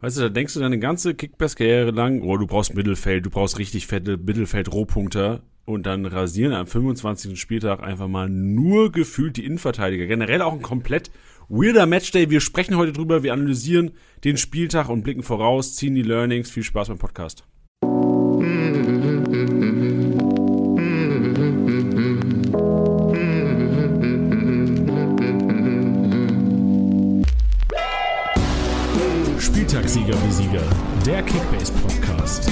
Weißt du, da denkst du deine ganze Kickbase-Karriere lang, oh, du brauchst Mittelfeld, du brauchst richtig fette Mittelfeld-Rohpunkter und dann rasieren am 25. Spieltag einfach mal nur gefühlt die Innenverteidiger. Generell auch ein komplett weirder Matchday. Wir sprechen heute drüber, wir analysieren den Spieltag und blicken voraus, ziehen die Learnings. Viel Spaß beim Podcast. Spieltagssieger wie Sieger, der Kickbase-Podcast.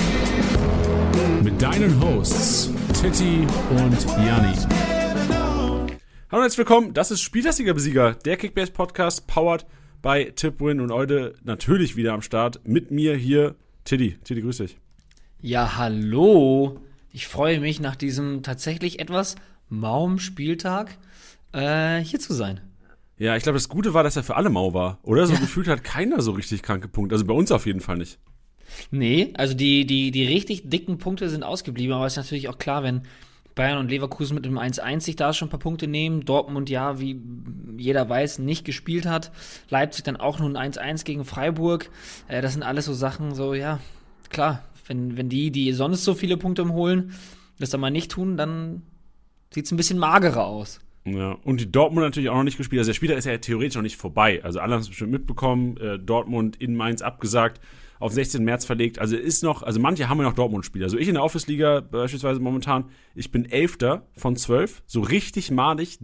Mit deinen Hosts Titti und Janni. Hallo und herzlich willkommen, das ist Spieltagssieger-Besieger, der Kickbase-Podcast, powered by Tipwin und heute natürlich wieder am Start mit mir hier Titti. Titti, grüß dich. Ja, hallo. Ich freue mich, nach diesem tatsächlich etwas mauen Spieltag hier zu sein. Ja, ich glaube, das Gute war, dass er für alle mau war, oder? So gefühlt hat keiner so richtig kranke Punkte. Also bei uns auf jeden Fall nicht. Nee, also die richtig dicken Punkte sind ausgeblieben, aber es ist natürlich auch klar, wenn Bayern und Leverkusen mit dem 1-1 sich da schon ein paar Punkte nehmen, Dortmund ja, wie jeder weiß, nicht gespielt hat, Leipzig dann auch nur ein 1-1 gegen Freiburg, das sind alles so Sachen, so ja, klar, wenn die sonst so viele Punkte holen, das dann mal nicht tun, dann sieht es ein bisschen magerer aus. Ja, und die Dortmund natürlich auch noch nicht gespielt. Also der Spieltag ist ja theoretisch noch nicht vorbei. Also alle haben es bestimmt mitbekommen. Dortmund in Mainz abgesagt, auf 16. März verlegt. Also ist noch, also manche haben ja noch Dortmund-Spiele. Also ich in der Office-Liga beispielsweise momentan, ich bin 11. von 12. So richtig madig,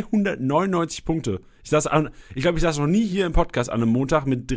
399 Punkte. Ich glaube, ich saß noch nie hier im Podcast an einem Montag mit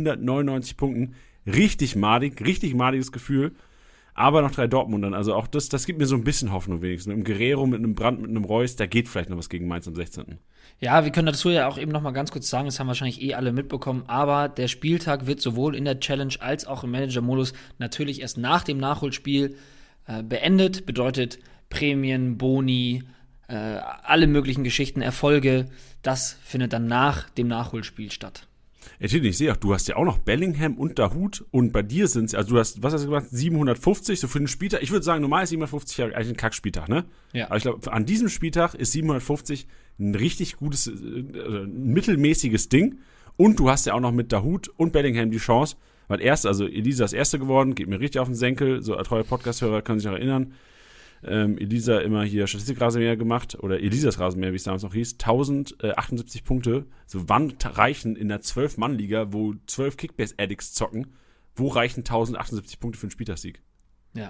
399 Punkten. Richtig madig, richtig madiges Gefühl. Aber noch 3 Dortmundern, also auch das gibt mir so ein bisschen Hoffnung wenigstens. Mit einem Guerrero, mit einem Brandt, mit einem Reus, da geht vielleicht noch was gegen Mainz am 16. Ja, wir können dazu ja auch eben noch mal ganz kurz sagen, das haben wahrscheinlich alle mitbekommen, aber der Spieltag wird sowohl in der Challenge als auch im Manager-Modus natürlich erst nach dem Nachholspiel beendet. Bedeutet Prämien, Boni, alle möglichen Geschichten, Erfolge, das findet dann nach dem Nachholspiel statt. Ich sehe auch, du hast ja auch noch Bellingham und Dahoud und bei dir sind es, also du hast, was hast du gesagt, 750, so für den Spieltag, ich würde sagen, normal ist 750 ja eigentlich ein Kackspieltag, ne? Ja. Aber ich glaube, an diesem Spieltag ist 750 ein richtig gutes, mittelmäßiges Ding und du hast ja auch noch mit Dahoud und Bellingham die Chance, weil also Elisa ist Erste geworden, geht mir richtig auf den Senkel, so treue Podcast-Hörer können sich noch erinnern, Elisa immer hier Statistikrasenmäher gemacht, oder Elisas Rasenmäher, wie es damals noch hieß, 1078 Punkte. So, wann reichen in der 12-Mann-Liga, wo 12 Kickbase-Addicts zocken, wo reichen 1078 Punkte für einen Spieltagssieg? Ja.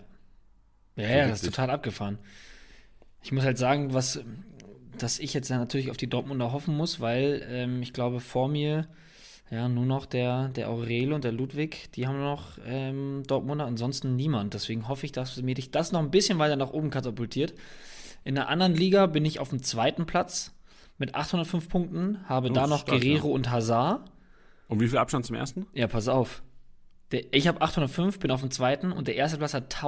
Ja, das ist total abgefahren. Ich muss halt sagen, dass ich jetzt natürlich auf die Dortmunder hoffen muss, weil ich glaube, vor mir ja nur noch der Aurel und der Ludwig, die haben noch Dortmunder, ansonsten niemand. Deswegen hoffe ich, dass mir dich das noch ein bisschen weiter nach oben katapultiert. In der anderen Liga bin ich auf dem 2. Platz mit 805 Punkten, habe da noch stark, Guerrero und Hazard. Und wie viel Abstand zum ersten? Ja, pass auf. Ich habe 805, bin auf dem 2. und der erste Platz hat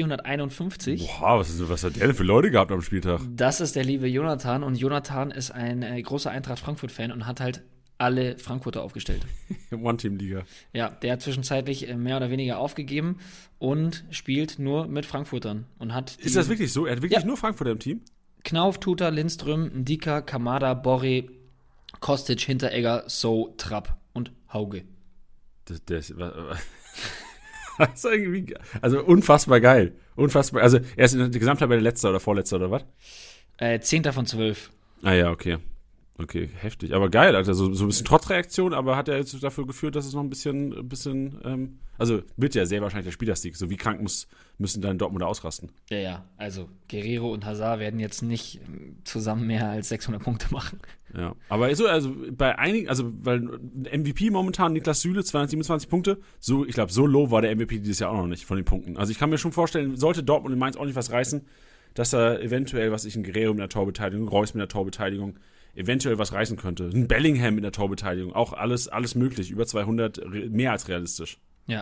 1451. Boah, was hat der denn für Leute gehabt am Spieltag? Das ist der liebe Jonathan und Jonathan ist ein großer Eintracht Frankfurt-Fan und hat halt alle Frankfurter aufgestellt. One-Team-Liga. Ja, der hat zwischenzeitlich mehr oder weniger aufgegeben und spielt nur mit Frankfurtern. Und ist das wirklich so? Er hat wirklich nur Frankfurter im Team? Knauf, Tuta, Lindström, Ndika, Kamada, Borre, Kostic, Hinteregger, So, Trapp und Hauge. Das ist irgendwie, also unfassbar geil. Unfassbar, also er ist in der Gesamttabelle letzter oder vorletzter oder was? 10. von 12. Ah ja, okay. Okay, heftig. Aber geil, Alter. So ein bisschen Trotzreaktion, aber hat er jetzt dafür geführt, dass es noch ein bisschen also wird ja sehr wahrscheinlich der Spielersieg. So wie krank müssen dann Dortmunder ausrasten. Ja. Also Guerrero und Hazard werden jetzt nicht zusammen mehr als 600 Punkte machen. Ja, aber also bei einigen, also weil MVP momentan Niklas Süle, 227 Punkte, so, ich glaube, so low war der MVP dieses Jahr auch noch nicht von den Punkten. Also ich kann mir schon vorstellen, sollte Dortmund in Mainz auch nicht was reißen, dass er eventuell, ein Guerrero mit einer Torbeteiligung, Reus mit einer Torbeteiligung, eventuell was reißen könnte. Ein Bellingham mit einer Torbeteiligung, auch alles möglich, über 200, mehr als realistisch. Ja.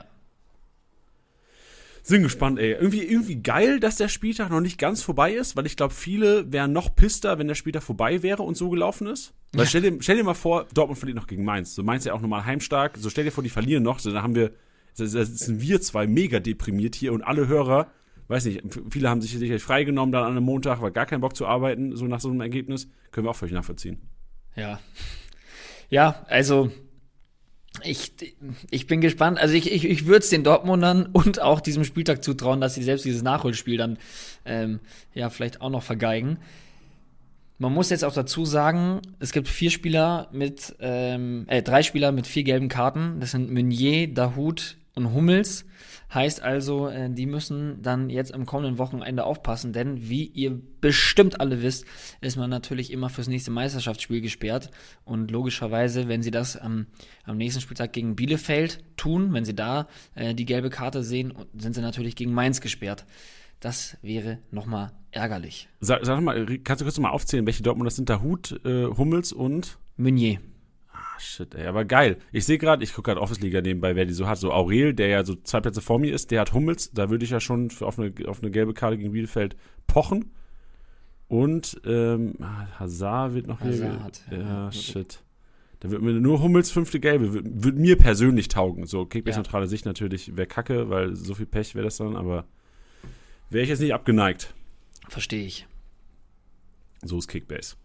Sind gespannt, ey. Irgendwie geil, dass der Spieltag noch nicht ganz vorbei ist, weil ich glaube, viele wären noch pisster, wenn der Spieltag vorbei wäre und so gelaufen ist. Weil stell dir mal vor, Dortmund verliert noch gegen Mainz. So Mainz ja auch nochmal heimstark. So stell dir vor, die verlieren noch. So, dann sind wir zwei mega deprimiert hier und alle Hörer, weiß nicht, viele haben sich sicherlich freigenommen dann an einem Montag, weil gar keinen Bock zu arbeiten, so nach so einem Ergebnis. Können wir auch völlig nachvollziehen. Ja. Ja, also Ich bin gespannt. Also ich würde es den Dortmundern und auch diesem Spieltag zutrauen, dass sie selbst dieses Nachholspiel dann vielleicht auch noch vergeigen. Man muss jetzt auch dazu sagen, es gibt 3 Spieler mit 4 gelben Karten. Das sind Meunier, Dahoud und Hummels. Heißt also, die müssen dann jetzt am kommenden Wochenende aufpassen, denn wie ihr bestimmt alle wisst, ist man natürlich immer fürs nächste Meisterschaftsspiel gesperrt. Und logischerweise, wenn sie das am nächsten Spieltag gegen Bielefeld tun, wenn sie da die gelbe Karte sehen, sind sie natürlich gegen Mainz gesperrt. Das wäre nochmal ärgerlich. Sag mal, kannst du kurz mal aufzählen, welche Dortmund das sind? Dahoud, Hummels und? Meunier. Shit, ey, aber geil. Ich sehe gerade, ich gucke gerade Office-Liga nebenbei, wer die so hat. So Aurel, der ja so 2 Plätze vor mir ist, der hat Hummels. Da würde ich ja schon auf eine gelbe Karte gegen Bielefeld pochen. Und Hazard wird noch hier. Ja, shit. Da wird mir nur Hummels 5. Gelbe. Würde mir persönlich taugen. So, Kickbase-neutrale Sicht natürlich wäre kacke, weil so viel Pech wäre das dann, aber wäre ich jetzt nicht abgeneigt. Verstehe ich. So ist Kickbase.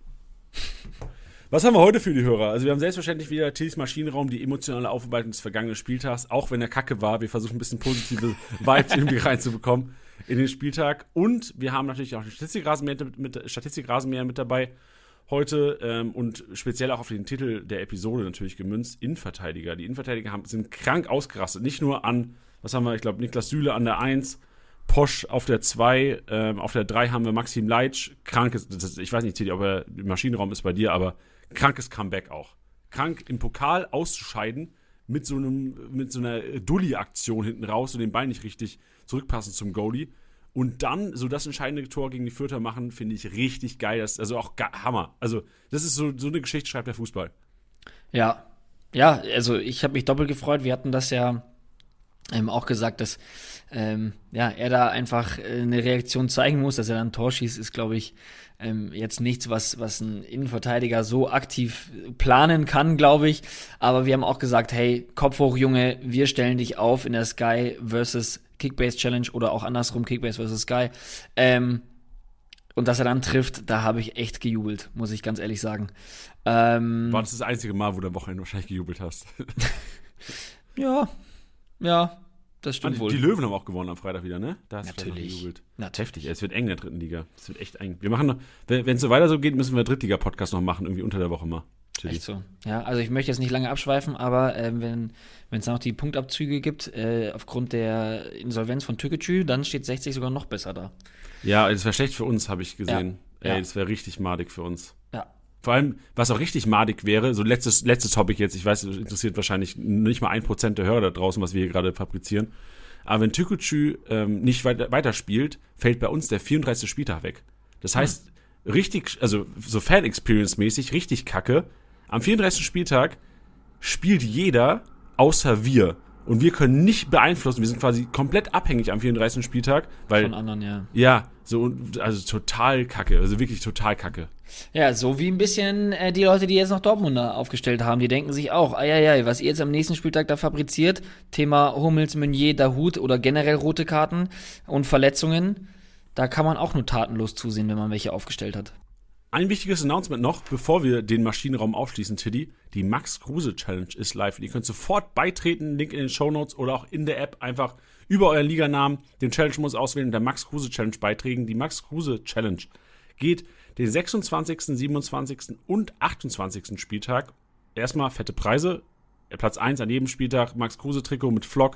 Was haben wir heute für die Hörer? Also wir haben selbstverständlich wieder Tillys Maschinenraum, die emotionale Aufarbeitung des vergangenen Spieltags, auch wenn er kacke war. Wir versuchen ein bisschen positive Vibes irgendwie reinzubekommen in den Spieltag. Und wir haben natürlich auch Statistikrasenmäher mit dabei heute und speziell auch auf den Titel der Episode natürlich gemünzt, Innenverteidiger. Die Innenverteidiger sind krank ausgerastet. Nicht nur an, was haben wir, ich glaube, Niklas Süle an der 1, Posch auf der 2, auf der 3 haben wir Maxim Leitsch, krankes, ich weiß nicht, Tilly, ob er im Maschinenraum ist bei dir, aber krankes Comeback auch. Krank im Pokal auszuscheiden mit so einer Dulli-Aktion hinten raus und den Bein nicht richtig zurückpassen zum Goalie. Und dann so das entscheidende Tor gegen die Fürther machen, finde ich richtig geil. Das ist also auch Hammer. Also das ist so eine Geschichte, schreibt der Fußball. Ja, also ich habe mich doppelt gefreut. Wir hatten das ja auch gesagt, dass er da einfach eine Reaktion zeigen muss, dass er dann ein Tor schießt, ist, glaube ich, jetzt nichts, was ein Innenverteidiger so aktiv planen kann, glaube ich. Aber wir haben auch gesagt, hey, Kopf hoch, Junge, wir stellen dich auf in der Sky vs. Kickbase Challenge oder auch andersrum, Kickbase vs. Sky. Und dass er dann trifft, da habe ich echt gejubelt, muss ich ganz ehrlich sagen. War das einzige Mal, wo du am Wochenende wahrscheinlich gejubelt hast? Ja, das stimmt wohl. Die Löwen haben auch gewonnen am Freitag wieder, ne? Da hast du gejubelt. Heftig, es wird eng in der 3. Liga. Es wird echt eng. Wir machen noch, wenn es so weiter so geht, müssen wir Drittliga-Podcast noch machen, irgendwie unter der Woche mal. Chili. Echt so. Ja, also ich möchte jetzt nicht lange abschweifen, aber wenn es noch die Punktabzüge gibt, aufgrund der Insolvenz von Türkgücü, dann steht 60 sogar noch besser da. Ja, das wäre schlecht für uns, habe ich gesehen. Ja. Das wäre richtig madig für uns. Ja. Vor allem, was auch richtig madig wäre, so letztes Topic jetzt, ich weiß, das interessiert wahrscheinlich nicht mal 1% der Hörer da draußen, was wir hier gerade fabrizieren, aber wenn Türkgücü nicht weiterspielt, fällt bei uns der 34. Spieltag weg. Das heißt, richtig, also so Fan-Experience-mäßig, richtig kacke, am 34. Spieltag spielt jeder außer wir. Und wir können nicht beeinflussen, wir sind quasi komplett abhängig am 34. Spieltag. Weil, von anderen, ja. Ja, also total kacke, also wirklich total kacke. Ja, so wie ein bisschen die Leute, die jetzt noch Dortmunder aufgestellt haben, die denken sich auch, was ihr jetzt am nächsten Spieltag da fabriziert, Thema Hummels, Meunier, Dahoud oder generell rote Karten und Verletzungen, da kann man auch nur tatenlos zusehen, wenn man welche aufgestellt hat. Ein wichtiges Announcement noch, bevor wir den Maschinenraum aufschließen, Tiddy. Die Max Kruse Challenge ist live. Ihr könnt sofort beitreten, Link in den Shownotes oder auch in der App einfach über euren Liganamen den Challenge-Modus auswählen und der Max Kruse Challenge beitreten. Die Max Kruse Challenge geht den 26., 27. und 28. Spieltag. Erstmal fette Preise. Platz 1 an jedem Spieltag, Max Kruse Trikot mit Flock.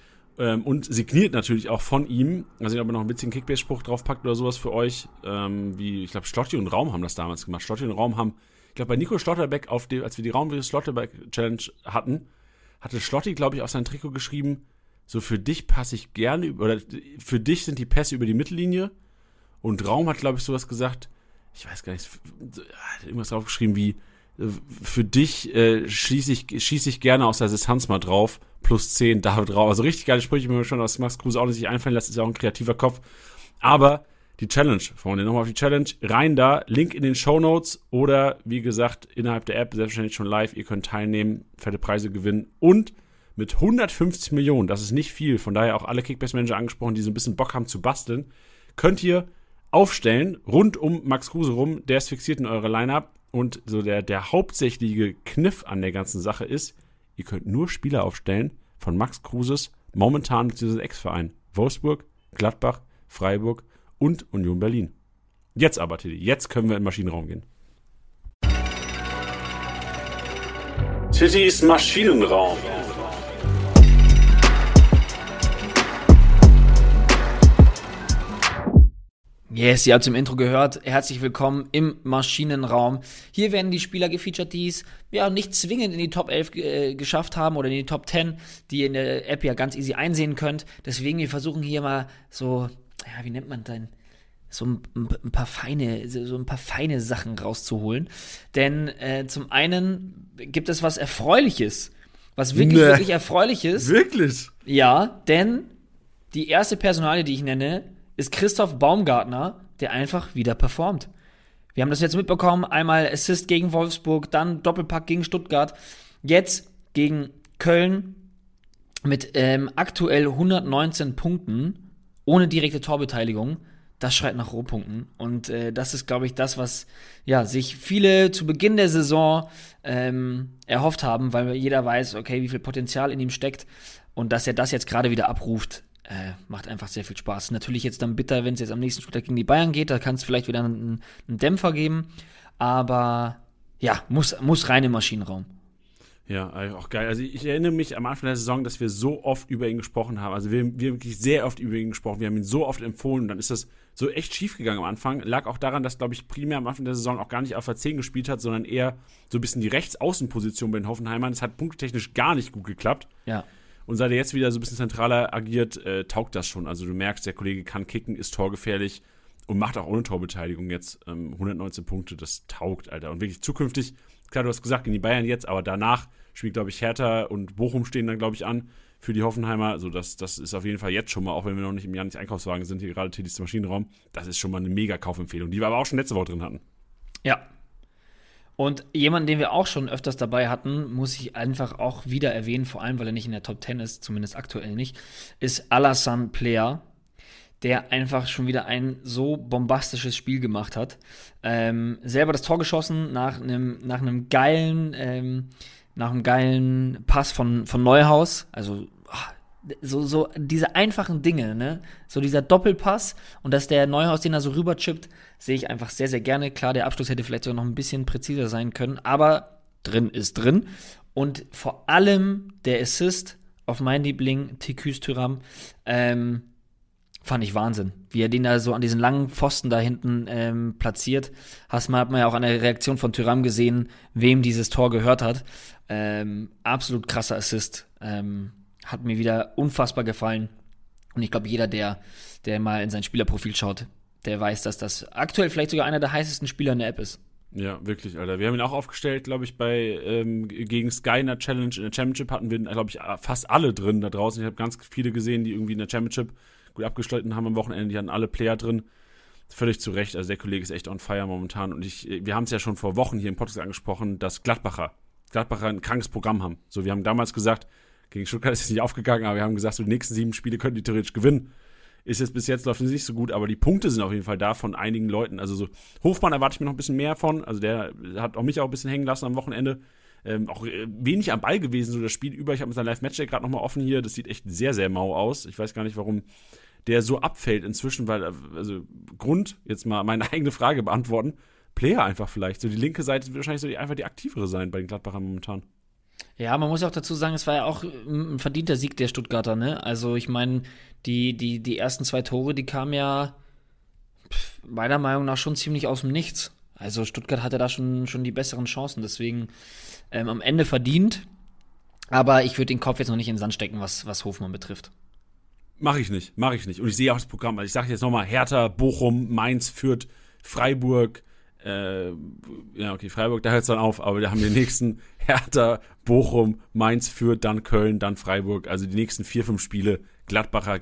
Und signiert natürlich auch von ihm, also ich habe noch ein bisschen Kickbase-Spruch draufpackt oder sowas für euch, wie, ich glaube, Schlotti und Raum haben das damals gemacht. Schlotti und Raum haben, ich glaube, bei Nico Schlotterbeck, als wir die Raum-Schlotterbeck-Challenge hatten, hatte Schlotti, glaube ich, auf sein Trikot geschrieben, so für dich passe ich gerne, oder für dich sind die Pässe über die Mittellinie. Und Raum hat, glaube ich, sowas gesagt, ich weiß gar nicht, hat irgendwas draufgeschrieben wie, für dich schieße ich gerne aus der Distanz mal drauf, plus 10, David Raum. Also richtig geile Sprüche, wenn man schon aus Max Kruse auch nicht sich einfallen lässt, ist ja auch ein kreativer Kopf. Aber die Challenge, Freunde, nochmal auf die Challenge, rein da, Link in den Shownotes oder, wie gesagt, innerhalb der App, selbstverständlich schon live, ihr könnt teilnehmen, fette Preise gewinnen und mit 150 Millionen, das ist nicht viel, von daher auch alle Kickbase-Manager angesprochen, die so ein bisschen Bock haben zu basteln, könnt ihr aufstellen, rund um Max Kruse rum, der ist fixiert in eurer Line-Up und so der hauptsächliche Kniff an der ganzen Sache ist, ihr könnt nur Spieler aufstellen von Max Kruses momentan bzw. Ex-Verein Wolfsburg, Gladbach, Freiburg und Union Berlin. Jetzt aber, Tilly, jetzt können wir in den Maschinenraum gehen. Tittys Maschinenraum. Yes, ihr habt es im Intro gehört. Herzlich willkommen im Maschinenraum. Hier werden die Spieler gefeatured, die es ja nicht zwingend in die Top 11 geschafft haben oder in die Top 10, die ihr in der App ja ganz easy einsehen könnt. Deswegen, wir versuchen hier mal so, ja, wie nennt man denn? So ein paar feine Sachen rauszuholen. Denn zum einen gibt es was Erfreuliches. Was wirklich Erfreuliches. Wirklich? Ja, denn die erste Personalie, die ich nenne, ist Christoph Baumgartner, der einfach wieder performt. Wir haben das jetzt mitbekommen, einmal Assist gegen Wolfsburg, dann Doppelpack gegen Stuttgart, jetzt gegen Köln mit aktuell 119 Punkten, ohne direkte Torbeteiligung. Das schreit nach Rohpunkten. Und das ist, glaube ich, das, was ja, sich viele zu Beginn der Saison erhofft haben, weil jeder weiß, okay, wie viel Potenzial in ihm steckt. Und dass er das jetzt gerade wieder abruft, macht einfach sehr viel Spaß. Natürlich jetzt dann bitter, wenn es jetzt am nächsten Spieltag gegen die Bayern geht, da kann es vielleicht wieder einen Dämpfer geben, aber ja, muss rein im Maschinenraum. Ja, auch geil. Also ich erinnere mich am Anfang der Saison, dass wir so oft über ihn gesprochen haben. Also wir haben wirklich sehr oft über ihn gesprochen. Wir haben ihn so oft empfohlen und dann ist das so echt schief gegangen am Anfang. Lag auch daran, dass, glaube ich, primär am Anfang der Saison auch gar nicht auf der 10 gespielt hat, sondern eher so ein bisschen die Rechtsaußenposition bei den Hoffenheimern. Das hat punktetechnisch gar nicht gut geklappt. Ja. Und seit er jetzt wieder so ein bisschen zentraler agiert, taugt das schon. Also du merkst, der Kollege kann kicken, ist torgefährlich und macht auch ohne Torbeteiligung jetzt 119 Punkte. Das taugt, Alter. Und wirklich zukünftig, klar, du hast gesagt, in die Bayern jetzt, aber danach spielt, glaube ich, Hertha und Bochum stehen dann, glaube ich, an für die Hoffenheimer. Also das ist auf jeden Fall jetzt schon mal, auch wenn wir noch nicht im Jahr nicht Einkaufswagen sind, hier gerade Tittys Maschinenraum, das ist schon mal eine mega Kaufempfehlung, die wir aber auch schon letzte Woche drin hatten. Ja. Und jemanden, den wir auch schon öfters dabei hatten, muss ich einfach auch wieder erwähnen, vor allem, weil er nicht in der Top 10 ist, zumindest aktuell nicht, ist Alassane Plea, der einfach schon wieder ein so bombastisches Spiel gemacht hat. Selber das Tor geschossen nach einem geilen Pass von Neuhaus. Also so diese einfachen Dinge, ne? So dieser Doppelpass und dass der Neuhaus den da so rüberchippt, sehe ich einfach sehr, sehr gerne. Klar, der Abschluss hätte vielleicht sogar noch ein bisschen präziser sein können, aber drin ist drin. Und vor allem der Assist auf meinen Liebling, Ticus Thuram, fand ich Wahnsinn. Wie er den da so an diesen langen Pfosten da hinten platziert. Hat man ja auch an der Reaktion von Thuram gesehen, wem dieses Tor gehört hat. Absolut krasser Assist. Hat mir wieder unfassbar gefallen. Und ich glaube, jeder, der mal in sein Spielerprofil schaut, der weiß, dass das aktuell vielleicht sogar einer der heißesten Spieler in der App ist. Ja, wirklich, Alter. Wir haben ihn auch aufgestellt, glaube ich, gegen Sky in der Challenge. In der Championship hatten wir, glaube ich, fast alle drin da draußen. Ich habe ganz viele gesehen, die irgendwie in der Championship gut abgeschlossen haben am Wochenende. Die hatten alle Player drin. Völlig zu Recht. Also der Kollege ist echt on fire momentan. Und wir haben es ja schon vor Wochen hier im Podcast angesprochen, dass Gladbacher ein krankes Programm haben. So, wir haben damals gesagt, gegen Stuttgart ist es nicht aufgegangen, aber wir haben gesagt, so die nächsten 7 Spiele können die theoretisch gewinnen. Ist jetzt bis jetzt läuft es nicht so gut, aber die Punkte sind auf jeden Fall da von einigen Leuten. Also so Hofmann erwarte ich mir noch ein bisschen mehr von. Also der hat auch mich auch ein bisschen hängen lassen am Wochenende. Auch wenig am Ball gewesen, so das Spiel über. Ich habe mit seinem Live-Matchday gerade nochmal offen hier. Das sieht echt sehr, sehr mau aus. Ich weiß gar nicht, warum der so abfällt inzwischen, weil, also Grund, jetzt mal meine eigene Frage beantworten, Player einfach vielleicht. So die linke Seite wird wahrscheinlich so einfach die aktivere sein bei den Gladbachern momentan. Ja, man muss auch dazu sagen, es war ja auch ein verdienter Sieg der Stuttgarter, ne? Also ich meine, die ersten 2 Tore, die kamen ja meiner Meinung nach schon ziemlich aus dem Nichts. Also Stuttgart hatte da schon die besseren Chancen, deswegen am Ende verdient. Aber ich würde den Kopf jetzt noch nicht in den Sand stecken, was Hofmann betrifft. Mach ich nicht. Und ich sehe auch das Programm. Also ich sage jetzt nochmal, Hertha, Bochum, Mainz, Fürth, Freiburg. Ja, okay, Freiburg, da hört es dann auf, aber wir haben den nächsten Hertha, Bochum, Mainz, Fürth, dann Köln, dann Freiburg. Also die nächsten 4-5 Spiele Gladbacher.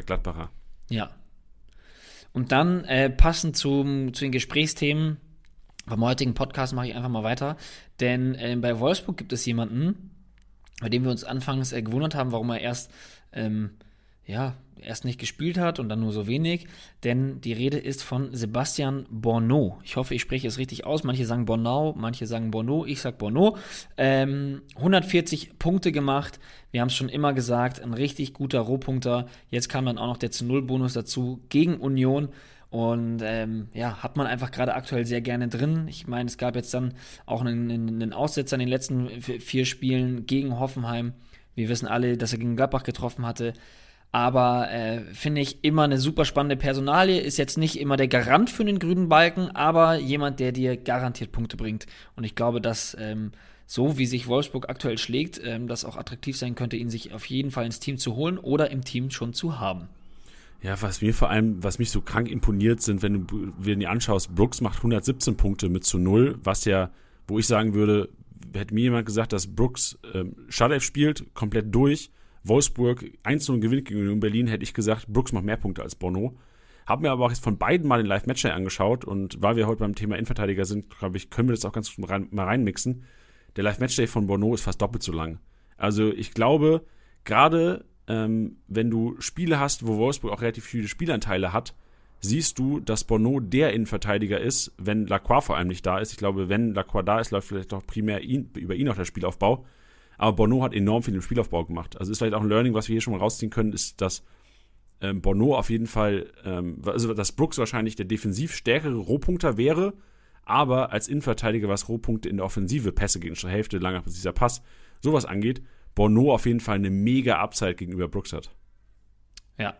Ja. Und dann passend zu den Gesprächsthemen beim heutigen Podcast mache ich einfach mal weiter. Denn bei Wolfsburg gibt es jemanden, bei dem wir uns anfangs gewundert haben, warum er erst erst nicht gespielt hat und dann nur so wenig, denn die Rede ist von Sebastian Borneau. Ich hoffe, ich spreche es richtig aus. Manche sagen Bornau, manche sagen Borneau, ich sage Borneau. 140 Punkte gemacht. Wir haben es schon immer gesagt, ein richtig guter Rohpunkter. Jetzt kam dann auch noch der zu-0-Bonus dazu gegen Union. Und hat man einfach gerade aktuell sehr gerne drin. Ich meine, es gab jetzt dann auch einen Aussetzer in den letzten 4 Spielen gegen Hoffenheim. Wir wissen alle, dass er gegen Gladbach getroffen hatte. Aber finde ich immer eine super spannende Personalie. Ist jetzt nicht immer der Garant für den grünen Balken, aber jemand, der dir garantiert Punkte bringt. Und ich glaube, dass so wie sich Wolfsburg aktuell schlägt, das auch attraktiv sein könnte, ihn sich auf jeden Fall ins Team zu holen oder im Team schon zu haben. Ja, was mich so krank imponiert sind, wenn du dir anschaust, Brooks macht 117 Punkte mit zu 0, wo ich sagen würde, hätte mir jemand gesagt, dass Brooks Schadev spielt, komplett durch, Wolfsburg 1-0 gewinnt gegen Union Berlin, hätte ich gesagt, Brooks macht mehr Punkte als Borneau. Habe mir aber auch jetzt von beiden mal den Live-Matchday angeschaut und weil wir heute beim Thema Innenverteidiger sind, glaube ich, können wir das auch ganz gut mal reinmixen. Der Live-Matchday von Borneau ist fast doppelt so lang. Also ich glaube, gerade wenn du Spiele hast, wo Wolfsburg auch relativ viele Spielanteile hat, siehst du, dass Borneau der Innenverteidiger ist, wenn Lacroix vor allem nicht da ist. Ich glaube, wenn Lacroix da ist, läuft vielleicht doch primär über ihn auch der Spielaufbau. Aber Borneau hat enorm viel im Spielaufbau gemacht. Also ist vielleicht auch ein Learning, was wir hier schon mal rausziehen können, ist, dass Borneau auf jeden Fall, dass Brooks wahrscheinlich der defensiv stärkere Rohpunkter wäre, aber als Innenverteidiger, was Rohpunkte in der Offensive, Pässe gegen die Hälfte, langer präziser Pass, sowas angeht, Borneau auf jeden Fall eine mega Upside gegenüber Brooks hat. Ja.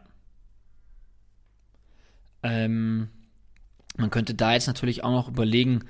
Man könnte da jetzt natürlich auch noch überlegen,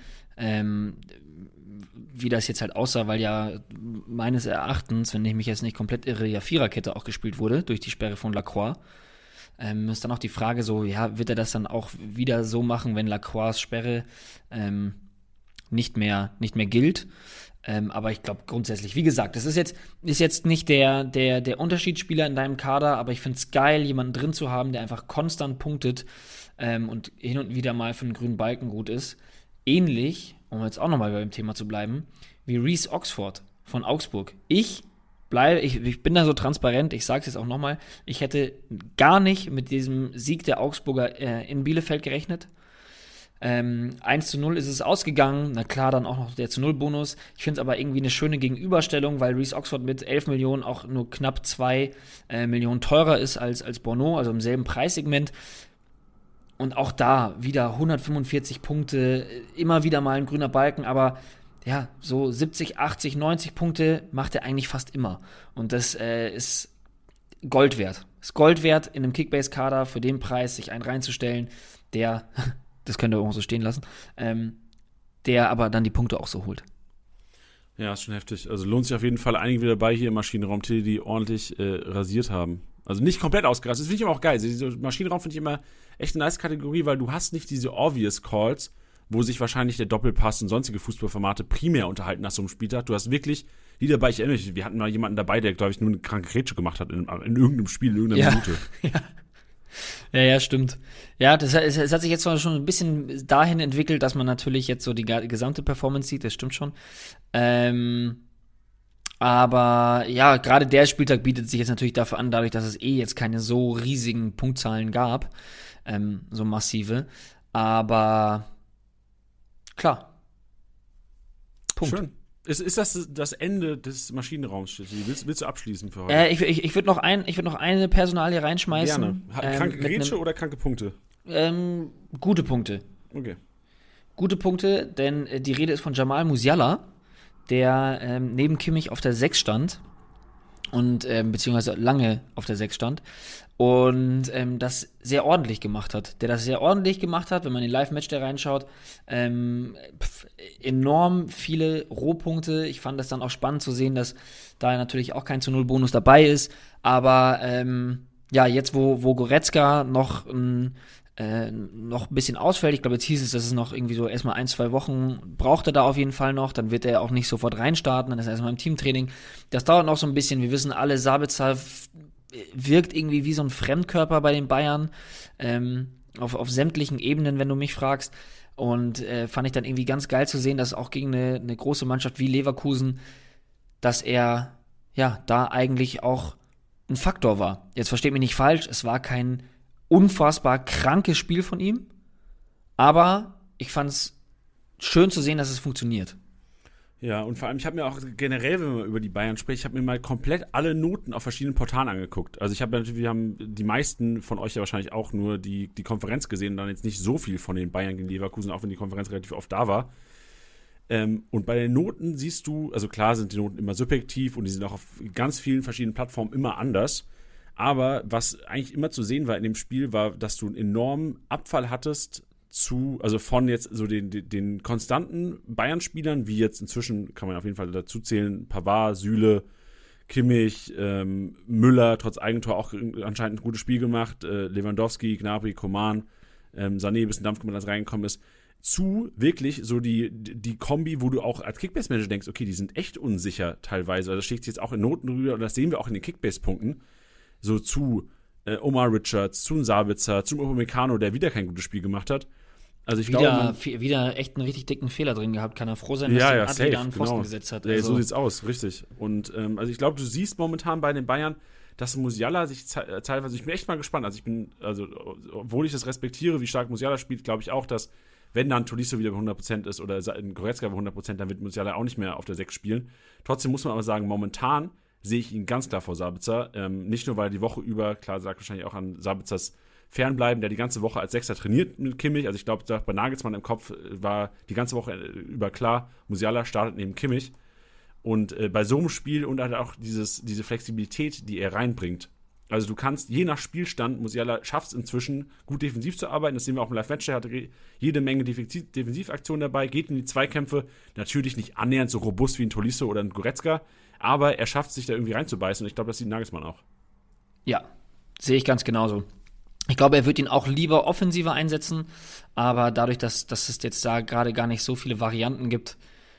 wie das jetzt halt aussah, weil ja meines Erachtens, wenn ich mich jetzt nicht komplett irre, ja Viererkette auch gespielt wurde durch die Sperre von Lacroix. Ist dann auch die Frage so, wird er das dann auch wieder so machen, wenn Lacroix' Sperre nicht mehr gilt? Aber ich glaube grundsätzlich, wie gesagt, das ist jetzt nicht der Unterschiedsspieler in deinem Kader, aber ich finde es geil, jemanden drin zu haben, der einfach konstant punktet und hin und wieder mal für den grünen Balken gut ist. Ähnlich, um jetzt auch nochmal beim Thema zu bleiben, wie Reece Oxford von Augsburg. Ich bin da so transparent, ich sage es jetzt auch nochmal, ich hätte gar nicht mit diesem Sieg der Augsburger in Bielefeld gerechnet. 1-0 ist es ausgegangen, na klar, dann auch noch der zu-0-Bonus. Ich finde es aber irgendwie eine schöne Gegenüberstellung, weil Reece Oxford mit 11 Millionen auch nur knapp 2 Millionen teurer ist als Borneau, also im selben Preissegment. Und auch da wieder 145 Punkte, immer wieder mal ein grüner Balken, aber ja, so 70, 80, 90 Punkte macht er eigentlich fast immer. Und das ist Gold wert. Ist Gold wert, in einem Kickbase-Kader für den Preis sich einen reinzustellen, der das könnt ihr auch so stehen lassen, der aber dann die Punkte auch so holt. Ja, ist schon heftig. Also lohnt sich auf jeden Fall einige wieder dabei hier im Maschinenraum, die ordentlich rasiert haben. Also nicht komplett ausgerastet, das finde ich immer auch geil. Diese Maschinenraum finde ich immer echt eine nice Kategorie, weil du hast nicht diese obvious Calls, wo sich wahrscheinlich der Doppelpass und sonstige Fußballformate primär unterhalten nach so einem Spieltag. Du hast wirklich die dabei, ich erinnere mich, wir hatten mal jemanden dabei, der, glaube ich, nur eine kranke Grätsche gemacht hat in irgendeinem Spiel, in irgendeiner Minute. Ja, stimmt. Ja, es hat sich jetzt schon ein bisschen dahin entwickelt, dass man natürlich jetzt so die gesamte Performance sieht, das stimmt schon. Aber ja, gerade der Spieltag bietet sich jetzt natürlich dafür an, dadurch, dass es jetzt keine so riesigen Punktzahlen gab, so massive. Aber klar. Punkt. Schön. Ist das Ende des Maschinenraums? Willst du abschließen für heute? Ich würde noch eine Personalie reinschmeißen. Gerne. Kranke Grätsche oder kranke Punkte? Gute Punkte. Okay. Gute Punkte, denn die Rede ist von Jamal Musiala, der neben Kimmich auf der 6 stand und beziehungsweise lange auf der 6 stand und das sehr ordentlich gemacht hat. Wenn man in den Live-Match da reinschaut, enorm viele Rohpunkte. Ich fand das dann auch spannend zu sehen, dass da natürlich auch kein zu-0-Bonus dabei ist, aber jetzt wo Goretzka noch ein bisschen ausfällt. Ich glaube, jetzt hieß es, dass es noch irgendwie so erstmal 1-2 Wochen braucht er da auf jeden Fall noch. Dann wird er auch nicht sofort reinstarten. Dann ist er erstmal im Teamtraining. Das dauert noch so ein bisschen. Wir wissen alle, Sabitzer wirkt irgendwie wie so ein Fremdkörper bei den Bayern. Auf sämtlichen Ebenen, wenn du mich fragst. Und fand ich dann irgendwie ganz geil zu sehen, dass auch gegen eine große Mannschaft wie Leverkusen, dass er da eigentlich auch ein Faktor war. Jetzt versteht mich nicht falsch, es war kein unfassbar krankes Spiel von ihm, aber ich fand es schön zu sehen, dass es funktioniert. Ja, und vor allem, ich habe mir auch generell, wenn man über die Bayern spricht, ich habe mir mal komplett alle Noten auf verschiedenen Portalen angeguckt. Also wir haben die meisten von euch ja wahrscheinlich auch nur die Konferenz gesehen und dann jetzt nicht so viel von den Bayern gegen Leverkusen, auch wenn die Konferenz relativ oft da war. Und bei den Noten siehst du, also klar sind die Noten immer subjektiv und die sind auch auf ganz vielen verschiedenen Plattformen immer anders. Aber was eigentlich immer zu sehen war in dem Spiel, war, dass du einen enormen Abfall hattest also von jetzt so den konstanten Bayern-Spielern, wie jetzt inzwischen, kann man auf jeden Fall dazu zählen, Pavard, Süle, Kimmich, Müller, trotz Eigentor auch anscheinend ein gutes Spiel gemacht, Lewandowski, Gnabry, Coman, Sané, bisschen Dampf gemacht, als reingekommen ist, zu wirklich so die Kombi, wo du auch als Kickbase-Manager denkst, okay, die sind echt unsicher teilweise, also das steht jetzt auch in Noten rüber und das sehen wir auch in den Kickbase-Punkten, so zu Omar Richards, zu Sabitzer, zum Upamecano, der wieder kein gutes Spiel gemacht hat. Also ich glaube, wieder echt einen richtig dicken Fehler drin gehabt. Kann er froh sein, dass der Adli da einen Pfosten gesetzt hat. Also. Ja, so sieht's aus, richtig. Und also ich glaube, du siehst momentan bei den Bayern, dass Musiala sich teilweise, ich bin echt mal gespannt, obwohl ich das respektiere, wie stark Musiala spielt, glaube ich auch, dass wenn dann Tolisso wieder bei 100% ist oder Goretzka bei 100%, dann wird Musiala auch nicht mehr auf der 6 spielen. Trotzdem muss man aber sagen, momentan sehe ich ihn ganz klar vor Sabitzer. Nicht nur, weil er die Woche über, klar sagt wahrscheinlich auch an Sabitzers Fernbleiben, der die ganze Woche als Sechster trainiert mit Kimmich. Also ich glaube, bei Nagelsmann im Kopf war die ganze Woche über klar, Musiala startet neben Kimmich. Und bei so einem Spiel und halt auch diese Flexibilität, die er reinbringt. Also du kannst, je nach Spielstand, Musiala schafft es inzwischen, gut defensiv zu arbeiten. Das sehen wir auch im Live-Match. Er hatte jede Menge Defensivaktionen dabei, geht in die Zweikämpfe. Natürlich nicht annähernd so robust wie ein Tolisso oder ein Goretzka, aber er schafft sich da irgendwie reinzubeißen. Und ich glaube, das sieht Nagelsmann auch. Ja, sehe ich ganz genauso. Ich glaube, er wird ihn auch lieber offensiver einsetzen, aber dadurch, dass es jetzt da gerade gar nicht so viele Varianten gibt,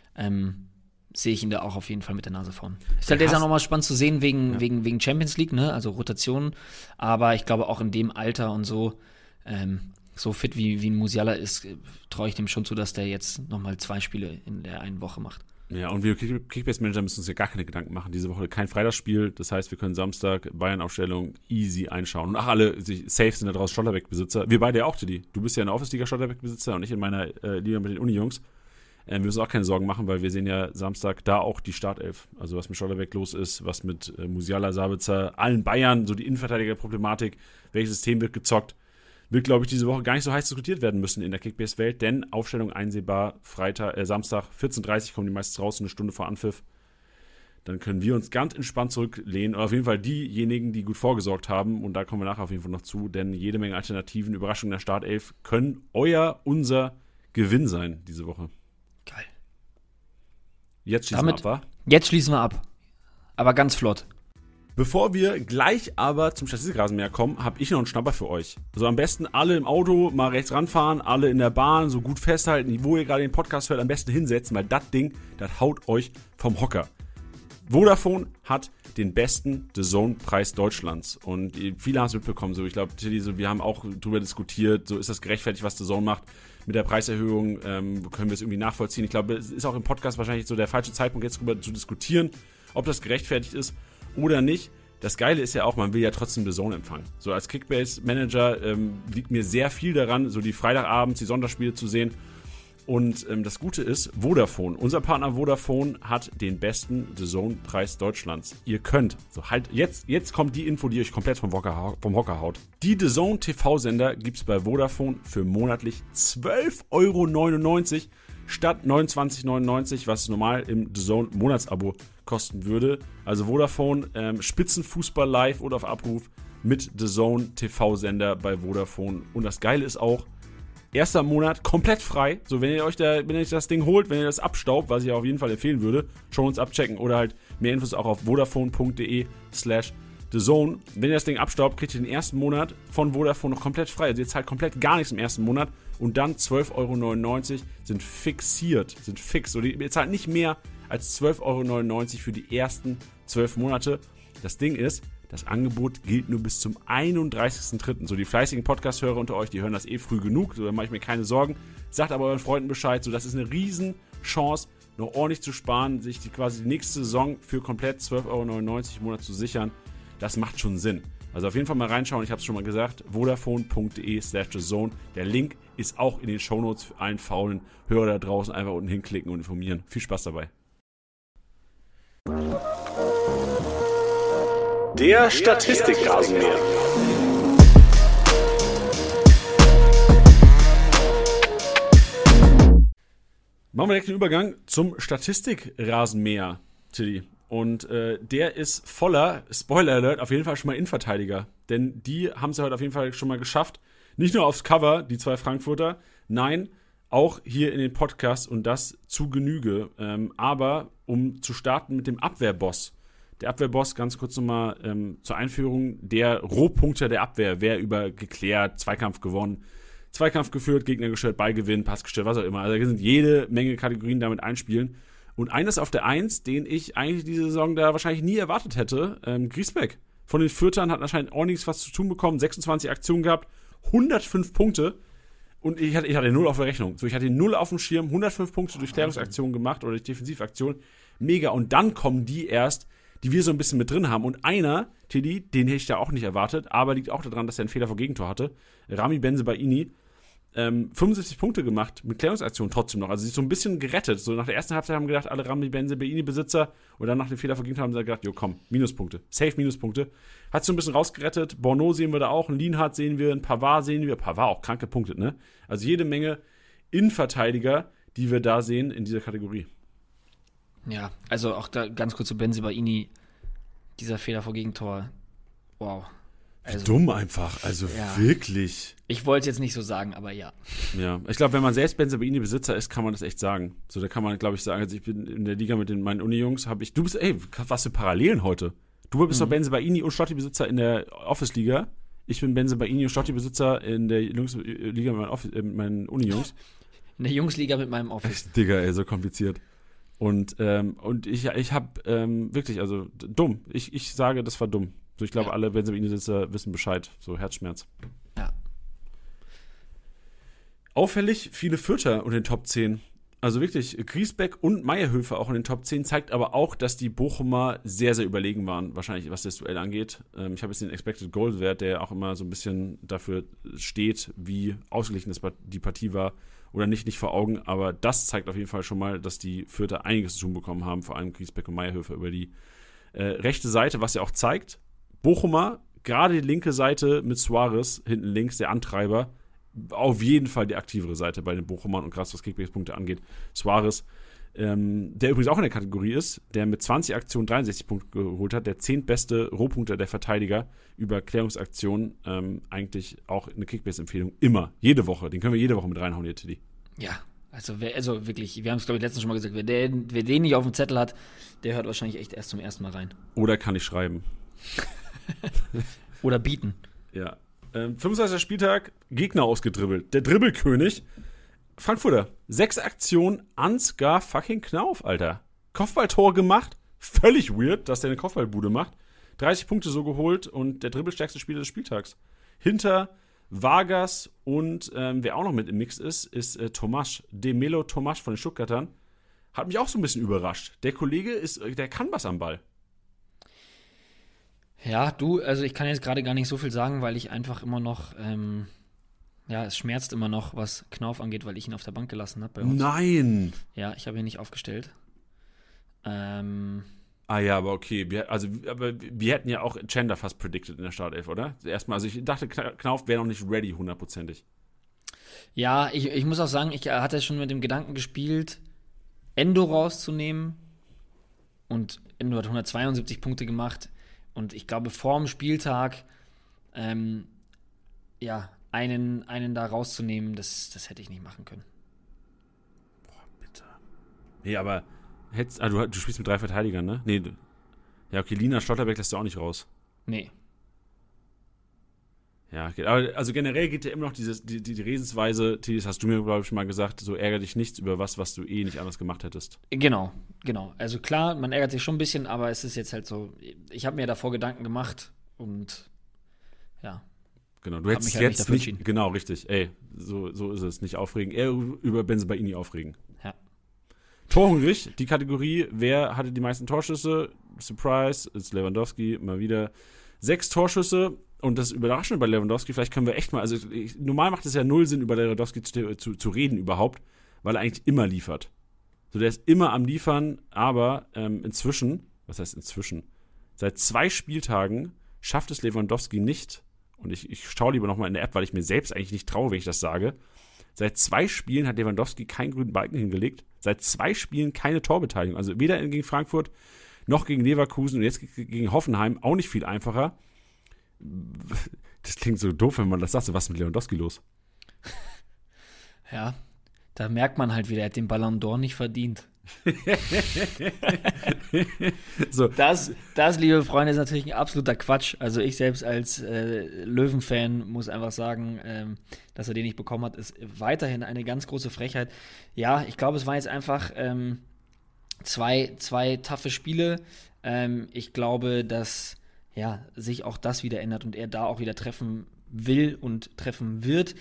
sehe ich ihn da auch auf jeden Fall mit der Nase vorn. Ist halt jetzt auch nochmal spannend zu sehen wegen Champions League, ne? Also Rotation, aber ich glaube auch in dem Alter und so fit wie ein Musiala ist, traue ich dem schon zu, dass der jetzt nochmal 2 Spiele in der einen Woche macht. Ja, und wir Kickbase-Manager müssen uns ja gar keine Gedanken machen. Diese Woche kein Freitagsspiel. Das heißt, wir können Samstag Bayern-Aufstellung easy einschauen. Und alle safe sind da draußen Schlotterbeck-Besitzer. Wir beide ja auch, Teddy. Du bist ja in der Office-Liga Schlotterbeck-Besitzer und ich in meiner Liga mit den Uni-Jungs. Wir müssen auch keine Sorgen machen, weil wir sehen ja Samstag da auch die Startelf. Also was mit Schlotterbeck los ist, was mit Musiala, Sabitzer, allen Bayern, so die Innenverteidiger-Problematik, welches System wird gezockt, wird, glaube ich, diese Woche gar nicht so heiß diskutiert werden müssen in der Kickbase-Welt, denn Aufstellung einsehbar, Samstag, 14:30 Uhr kommen die meistens raus, eine Stunde vor Anpfiff. Dann können wir uns ganz entspannt zurücklehnen, oder auf jeden Fall diejenigen, die gut vorgesorgt haben, und da kommen wir nachher auf jeden Fall noch zu, denn jede Menge Alternativen, Überraschungen der Startelf können unser Gewinn sein diese Woche. Geil. Jetzt schließen wir ab, wa? Jetzt schließen wir ab, aber ganz flott. Bevor wir gleich aber zum Statistikrasenmäher kommen, habe ich noch einen Schnapper für euch. Also am besten alle im Auto mal rechts ranfahren, alle in der Bahn so gut festhalten, wo ihr gerade den Podcast hört, am besten hinsetzen, weil das Ding, das haut euch vom Hocker. Vodafone hat den besten DAZN-Preis Deutschlands und viele haben es mitbekommen. So, ich glaube, wir haben auch darüber diskutiert, so ist das gerechtfertigt, was DAZN macht mit der Preiserhöhung, können wir es irgendwie nachvollziehen. Ich glaube, es ist auch im Podcast wahrscheinlich so der falsche Zeitpunkt, jetzt darüber zu diskutieren, ob das gerechtfertigt ist oder nicht. Das Geile ist ja auch, man will ja trotzdem DAZN empfangen. So als Kickbase-Manager liegt mir sehr viel daran, so die Freitagabends, die Sonntagsspiele zu sehen. Und das Gute ist, Vodafone, unser Partner Vodafone, hat den besten DAZN-Preis Deutschlands. Ihr könnt, so halt, jetzt kommt die Info, die euch komplett vom Hocker haut. Die DAZN TV-Sender gibt es bei Vodafone für monatlich 12,99 € statt 29,99 €, was normal im DAZN-Monatsabo kosten würde. Also Vodafone, Spitzenfußball live oder auf Abruf mit DAZN TV-Sender bei Vodafone. Und das Geile ist auch, erster Monat komplett frei. So, wenn ihr euch das Ding holt, wenn ihr das abstaubt, was ich auf jeden Fall empfehlen würde, schon uns abchecken oder halt mehr Infos auch auf vodafone.de/DAZN. Wenn ihr das Ding abstaubt, kriegt ihr den ersten Monat von Vodafone noch komplett frei. Also ihr zahlt komplett gar nichts im ersten Monat und dann 12,99 € sind fixiert, sind fix. So, ihr zahlt nicht mehr als 12,99 € für die ersten 12 Monate. Das Ding ist, das Angebot gilt nur bis zum 31.03. So, die fleißigen Podcast-Hörer unter euch, die hören das früh genug, so, da mache ich mir keine Sorgen. Sagt aber euren Freunden Bescheid, so, das ist eine Riesenchance, noch ordentlich zu sparen, sich quasi die nächste Saison für komplett 12,99 € im Monat zu sichern. Das macht schon Sinn. Also auf jeden Fall mal reinschauen, ich habe es schon mal gesagt, vodafone.de/thezone. Der Link ist auch in den Shownotes für allen faulen Hörer da draußen. Einfach unten hinklicken und informieren. Viel Spaß dabei. Der Statistikrasenmäher. Machen wir direkt den Übergang zum Statistikrasenmäher, Tilly. Und der ist voller, Spoiler Alert, auf jeden Fall schon mal Innenverteidiger. Denn die haben es ja heute auf jeden Fall schon mal geschafft. Nicht nur aufs Cover, die 2 Frankfurter, nein, auch hier in den Podcast und das zu Genüge. Aber um zu starten mit dem Abwehrboss. Der Abwehrboss, ganz kurz nochmal zur Einführung, der Rohpunkter der Abwehr. Wer über geklärt, Zweikampf gewonnen, Zweikampf geführt, Gegner gestört, Ballgewinn, Pass gestört, was auch immer. Also da sind jede Menge Kategorien damit einspielen. Und eines auf der 1, den ich eigentlich diese Saison da wahrscheinlich nie erwartet hätte, Griesbeck. Von den Fürtern hat anscheinend ordentlich was zu tun bekommen, 26 Aktionen gehabt, 105 Punkte. Und ich hatte 0 auf der Rechnung. So, ich hatte 0 auf dem Schirm, 105 Punkte durch Klärungsaktionen gemacht oder durch Defensivaktionen. Mega. Und dann kommen die erst, die wir so ein bisschen mit drin haben. Und einer, Teddy, den hätte ich da auch nicht erwartet, aber liegt auch daran, dass er einen Fehler vor Gegentor hatte. Rami Bensebaini, 75 Punkte gemacht mit Klärungsaktionen trotzdem noch. Also sich so ein bisschen gerettet. So nach der ersten Halbzeit haben gedacht, alle Rami Bensebaini-Besitzer und dann nach dem Fehler vor Gegentor haben sie gedacht, jo komm, Minuspunkte, safe Minuspunkte. Hat so ein bisschen rausgerettet. Borno sehen wir da auch, ein Lienhardt sehen wir, ein Pavard sehen wir. Pavard auch krank gepunktet, ne? Also jede Menge Innenverteidiger, die wir da sehen in dieser Kategorie. Ja, also auch da ganz kurz zu Bensebaini, dieser Fehler vor Gegentor, wow. Also, dumm einfach, also ja. Wirklich. Ich wollte es jetzt nicht so sagen, aber ja. Ja, ich glaube, wenn man selbst Bensebaini-Besitzer ist, kann man das echt sagen. So, da kann man, glaube ich, sagen, also ich bin in der Liga mit meinen Uni-Jungs, du bist, was für Parallelen heute. Du bist doch Bensebaini und Schlotti-Besitzer in der Office-Liga. Ich bin Bensebaini und Schlotti-Besitzer in der Liga mit meinen Uni-Jungs. In der Jungsliga mit meinem Office. Echt, Digga, ey, so kompliziert. Und ich habe wirklich, also dumm. Ich sage, das war dumm. So, ich glaube, alle Bensebaini-Besitzer wissen Bescheid. So, Herzschmerz. Ja. Auffällig viele Fürther unter den Top 10. Also wirklich, Griesbeck und Meierhöfer auch in den Top 10 zeigt aber auch, dass die Bochumer sehr, sehr überlegen waren, wahrscheinlich, was das Duell angeht. Ich habe jetzt den Expected Goal-Wert, der auch immer so ein bisschen dafür steht, wie ausgeglichen die Partie war oder nicht vor Augen. Aber das zeigt auf jeden Fall schon mal, dass die Fürther einiges zu tun bekommen haben, vor allem Griesbeck und Meierhöfer über die rechte Seite, was ja auch zeigt, Bochumer, gerade die linke Seite mit Suarez, hinten links, der Antreiber, auf jeden Fall die aktivere Seite bei den Bochumern und gerade was Kickbase-Punkte angeht. Suarez, der übrigens auch in der Kategorie ist, der mit 20 Aktionen 63 Punkte geholt hat, der 10. beste Rohpunkter der Verteidiger über Klärungsaktionen, eigentlich auch eine Kickbase-Empfehlung, immer, jede Woche, den können wir jede Woche mit reinhauen hier, Tilly. Ja, also wirklich, wir haben es glaube ich letztens schon mal gesagt, wer den nicht auf dem Zettel hat, der hört wahrscheinlich echt erst zum ersten Mal rein. Oder kann ich schreiben. Oder bieten. Ja. 25. Spieltag, Gegner ausgedribbelt. Der Dribbelkönig. Frankfurter. 6 Aktionen, Ansgar fucking Knauf, Alter. Kopfballtor gemacht. Völlig weird, dass der eine Kopfballbude macht. 30 Punkte so geholt und der dribbelstärkste Spieler des Spieltags. Hinter Vargas und wer auch noch mit im Mix ist Tomasz. Demelo Tomasz von den Stuttgartern. Hat mich auch so ein bisschen überrascht. Der Kollege der kann was am Ball. Ja, also ich kann jetzt gerade gar nicht so viel sagen, weil ich einfach immer noch, es schmerzt immer noch, was Knauf angeht, weil ich ihn auf der Bank gelassen habe bei uns. Nein! Ja, ich habe ihn nicht aufgestellt. Ja, aber okay. Wir hätten ja auch Chandler fast predicted in der Startelf, oder? Erstmal, also ich dachte, Knauf wäre noch nicht ready, 100%. Ja, ich muss auch sagen, ich hatte schon mit dem Gedanken gespielt, Endo rauszunehmen. Und Endo hat 172 Punkte gemacht. Und ich glaube, vor dem Spieltag einen da rauszunehmen, das hätte ich nicht machen können. Boah, bitte. Nee, aber du spielst mit 3 Verteidigern, ne? Nee. Ja, okay, Lina Schlotterbeck lässt du auch nicht raus. Nee. Ja, okay. Aber also generell geht ja immer noch die Redensweise, das hast du mir, glaube ich, mal gesagt, so ärgere dich nichts über was du nicht anders gemacht hättest. Genau. Also klar, man ärgert sich schon ein bisschen, aber es ist jetzt halt so, ich habe mir davor Gedanken gemacht und ja. Genau, du hättest halt jetzt nicht, genau, richtig, so ist es, nicht aufregen, eher über Bensebaini aufregen. Ja. Torhungrig, die Kategorie, wer hatte die meisten Torschüsse? Surprise, ist Lewandowski, mal wieder. 6 Torschüsse und das Überraschende bei Lewandowski, vielleicht können wir echt mal, also normal macht es ja null Sinn, über Lewandowski zu reden überhaupt, weil er eigentlich immer liefert. So, der ist immer am Liefern, aber inzwischen, was heißt inzwischen? Seit 2 Spieltagen schafft es Lewandowski nicht, und ich schaue lieber nochmal in der App, weil ich mir selbst eigentlich nicht traue, wenn ich das sage. Seit 2 Spielen hat Lewandowski keinen grünen Balken hingelegt. Seit 2 Spielen keine Torbeteiligung. Also weder gegen Frankfurt noch gegen Leverkusen und jetzt gegen Hoffenheim auch nicht viel einfacher. Das klingt so doof, wenn man das sagt. Was ist mit Lewandowski los? Ja, da merkt man halt wieder, er hat den Ballon d'Or nicht verdient. So. Das, liebe Freunde, ist natürlich ein absoluter Quatsch. Also ich selbst als Löwen-Fan muss einfach sagen, dass er den nicht bekommen hat, ist weiterhin eine ganz große Frechheit. Ja, ich glaube, es waren jetzt einfach zwei taffe Spiele. Ich glaube, dass sich auch das wieder ändert und er da auch wieder treffen will und treffen wird.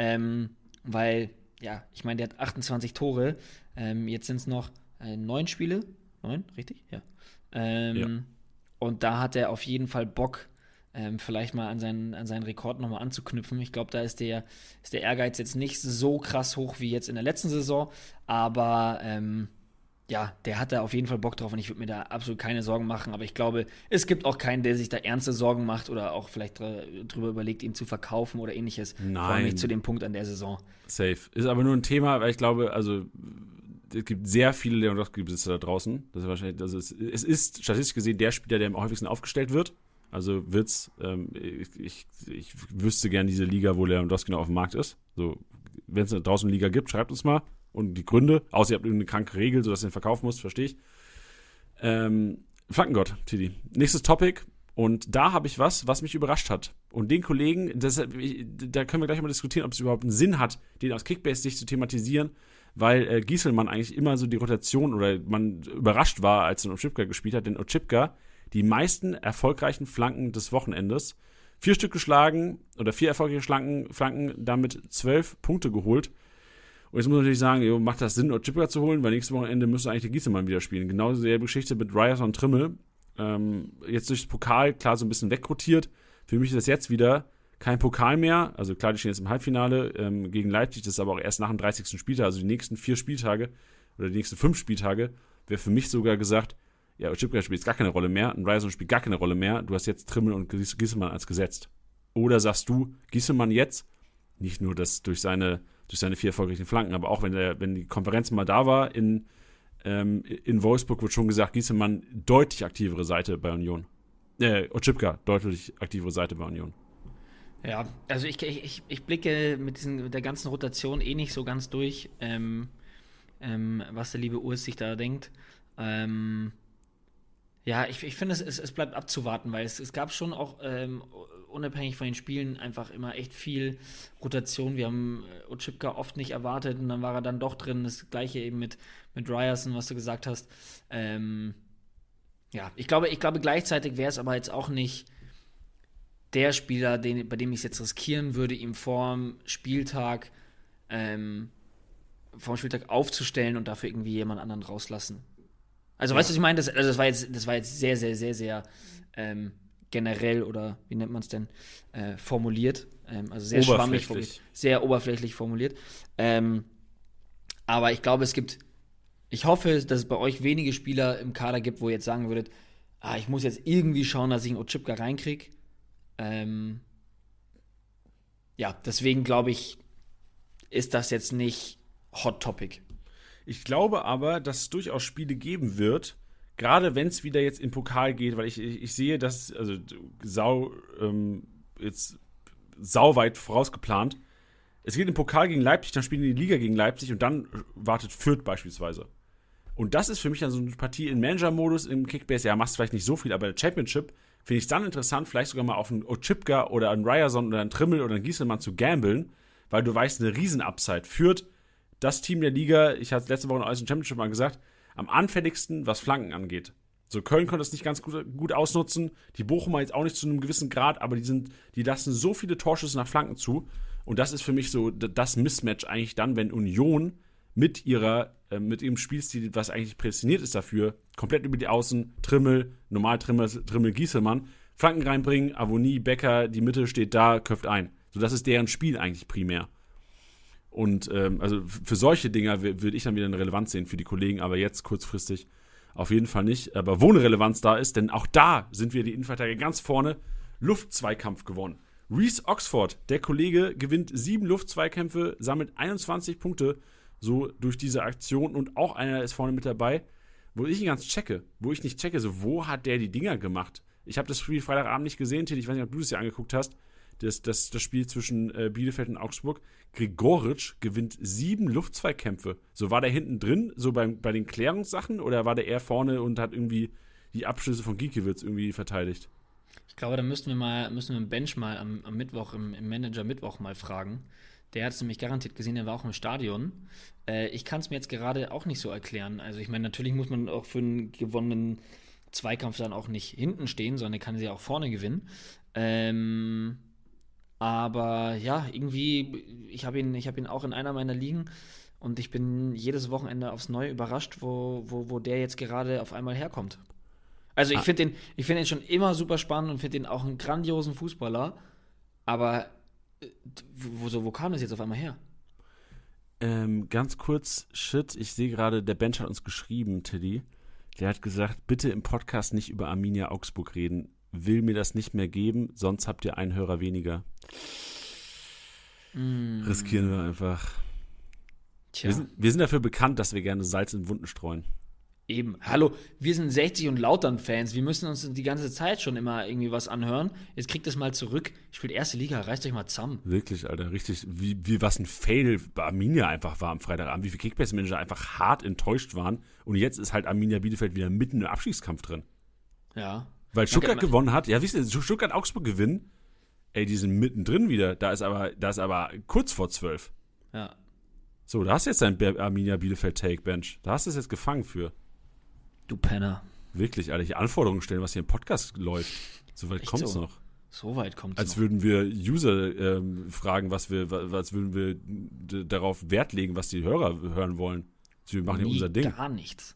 Weil, ich meine, der hat 28 Tore. Jetzt sind es noch 9 Spiele. 9, richtig? Ja. Und da hat er auf jeden Fall Bock, vielleicht mal an seinen Rekord nochmal anzuknüpfen. Ich glaube, da ist der Ehrgeiz jetzt nicht so krass hoch wie jetzt in der letzten Saison. Aber der hat da auf jeden Fall Bock drauf und ich würde mir da absolut keine Sorgen machen. Aber ich glaube, es gibt auch keinen, der sich da ernste Sorgen macht oder auch vielleicht drüber überlegt, ihn zu verkaufen oder ähnliches. Nein. Vor allem nicht zu dem Punkt an der Saison. Safe. Ist aber nur ein Thema, weil ich glaube, also es gibt sehr viele Lewandowski-Besitzer da draußen. Das ist wahrscheinlich, also es ist statistisch gesehen der Spieler, der am häufigsten aufgestellt wird. Also wird's, ich wüsste gerne diese Liga, wo Lewandowski noch auf dem Markt ist. So, wenn es da draußen eine Liga gibt, schreibt uns mal. Und die Gründe, außer ihr habt irgendeine kranke Regel, sodass ihr den verkaufen müsst, verstehe ich. Flankengott, Tidi. Nächstes Topic. Und da habe ich was mich überrascht hat. Und den Kollegen, da können wir gleich mal diskutieren, ob es überhaupt einen Sinn hat, den aus Kickbase-Sicht zu thematisieren, weil Gieselmann eigentlich immer so die Rotation oder man überrascht war, als er Oczipka gespielt hat. Denn Oczipka die meisten erfolgreichen Flanken des Wochenendes. 4 Stück geschlagen oder 4 erfolgreiche Flanken, damit 12 Punkte geholt. Und jetzt muss man natürlich sagen, macht das Sinn, Oczipka zu holen, weil nächstes Wochenende müsste eigentlich der Gieselmann wieder spielen. Genauso dieselbe Geschichte mit Ryerson und Trimmel. Jetzt durchs Pokal, klar, so ein bisschen wegrotiert. Für mich ist das jetzt wieder kein Pokal mehr. Also klar, die stehen jetzt im Halbfinale gegen Leipzig, das ist aber auch erst nach dem 30. Spieltag, also die nächsten 4 Spieltage oder die nächsten 5 Spieltage, wäre für mich sogar gesagt, Oczipka spielt jetzt gar keine Rolle mehr, und Ryerson spielt gar keine Rolle mehr. Du hast jetzt Trimmel und Gieselmann als gesetzt. Oder sagst du, Gieselmann jetzt, nicht nur das durch seine 4 erfolgreichen Flanken, aber auch wenn die Konferenz mal da war in Wolfsburg, wird schon gesagt, Gieselmann deutlich aktivere Seite bei Union. Oczipka, deutlich aktivere Seite bei Union. Ja, also ich blicke mit der ganzen Rotation nicht so ganz durch, was der liebe Urs sich da denkt. Ich finde, es bleibt abzuwarten, weil es gab schon auch, unabhängig von den Spielen, einfach immer echt viel Rotation. Wir haben Oczipka oft nicht erwartet und dann war er dann doch drin. Das Gleiche eben mit Ryerson, was du gesagt hast. Ich glaube gleichzeitig wäre es aber jetzt auch nicht der Spieler, bei dem ich es jetzt riskieren würde, ihm vorm Spieltag aufzustellen und dafür irgendwie jemand anderen rauslassen. Also, weißt du, was ich meine? Das war jetzt sehr, sehr, sehr, sehr generell oder wie nennt man es denn, formuliert. Also sehr schwammig formuliert, sehr oberflächlich formuliert. Aber ich glaube, ich hoffe, dass es bei euch wenige Spieler im Kader gibt, wo ihr jetzt sagen würdet, ich muss jetzt irgendwie schauen, dass ich einen Oczipka reinkriege. Deswegen glaube ich, ist das jetzt nicht Hot Topic. Ich glaube aber, dass es durchaus Spiele geben wird, gerade wenn es wieder jetzt im Pokal geht, weil ich sehe, dass, also jetzt sauweit vorausgeplant, es geht im Pokal gegen Leipzig, dann spielen die Liga gegen Leipzig und dann wartet Fürth beispielsweise. Und das ist für mich dann so eine Partie im Manager-Modus im Kickbase, machst vielleicht nicht so viel, aber der Championship finde ich es dann interessant, vielleicht sogar mal auf einen Oczipka oder einen Ryerson oder einen Trimmel oder einen Gieselmann zu gambeln, weil du weißt, eine Riesen-Upside führt. Das Team der Liga, ich hatte es letzte Woche als im Championship mal gesagt, am anfälligsten, was Flanken angeht. So, Köln konnte es nicht ganz gut ausnutzen, die Bochumer jetzt auch nicht zu einem gewissen Grad, aber die lassen so viele Torschüsse nach Flanken zu. Und das ist für mich so das Mismatch eigentlich dann, wenn Union mit ihrem Spielstil, was eigentlich prädestiniert ist dafür, komplett über die Außen, Trimmel, Gieselmann, Flanken reinbringen, Avonie, Becker, die Mitte steht da, köpft ein. So, das ist deren Spiel eigentlich primär. Und also für solche Dinger würde ich dann wieder eine Relevanz sehen für die Kollegen, aber jetzt kurzfristig auf jeden Fall nicht. Aber wo eine Relevanz da ist, denn auch da sind wir die Innenverteidiger ganz vorne, Luftzweikampf gewonnen. Reece Oxford, der Kollege, gewinnt 7 Luftzweikämpfe, sammelt 21 Punkte so durch diese Aktion und auch einer ist vorne mit dabei, wo ich nicht checke, so wo hat der die Dinger gemacht? Ich habe das Spiel Freitagabend nicht gesehen, Till, ich weiß nicht, ob du es dir angeguckt hast, das Spiel zwischen Bielefeld und Augsburg. Gregoritsch gewinnt 7 Luftzweikämpfe. So war der hinten drin, so bei den Klärungssachen, oder war der eher vorne und hat irgendwie die Abschlüsse von Giekewitz irgendwie verteidigt? Ich glaube, da müssen wir im Bench mal am Mittwoch, im Manager-Mittwoch mal fragen. Der hat es nämlich garantiert gesehen, der war auch im Stadion. Ich kann es mir jetzt gerade auch nicht so erklären. Also ich meine, natürlich muss man auch für einen gewonnenen Zweikampf dann auch nicht hinten stehen, sondern kann sie auch vorne gewinnen. Aber ja, irgendwie, ich hab ihn auch in einer meiner Ligen und ich bin jedes Wochenende aufs Neue überrascht, wo der jetzt gerade auf einmal herkommt. Also ich finde den schon immer super spannend und finde den auch einen grandiosen Fußballer, aber wo kam das jetzt auf einmal her? Ganz kurz, ich sehe gerade, der Bench hat uns geschrieben, Teddy. Der hat gesagt, bitte im Podcast nicht über Arminia Augsburg reden. Will mir das nicht mehr geben, sonst habt ihr einen Hörer weniger. Riskieren wir einfach. Tja. Wir sind dafür bekannt, dass wir gerne Salz in Wunden streuen. Eben. Hallo, wir sind 60 und Lautern-Fans. Wir müssen uns die ganze Zeit schon immer irgendwie was anhören. Jetzt kriegt es mal zurück. Spielt erste Liga, reißt euch mal zusammen. Wirklich, Alter, richtig. Wie was ein Fail bei Arminia einfach war am Freitagabend. Wie viele Kickbase-Manager einfach hart enttäuscht waren. Und jetzt ist halt Arminia Bielefeld wieder mitten im Abstiegskampf drin. Ja. Weil Stuttgart gewonnen hat. Ja, wisst ihr, Stuttgart-Augsburg gewinnen. Ey, die sind mittendrin wieder. Da ist aber kurz vor 12. Ja. So, da hast du jetzt dein Arminia Bielefeld-Take-Bench. Da hast du es jetzt gefangen für. Du Penner. Wirklich, Alter, hier Anforderungen stellen, was hier im Podcast läuft. So weit kommt es noch. So weit kommt es noch. Als würden wir User fragen, was würden wir darauf Wert legen, was die Hörer hören wollen. Also wir machen hier unser Ding. Gar nichts.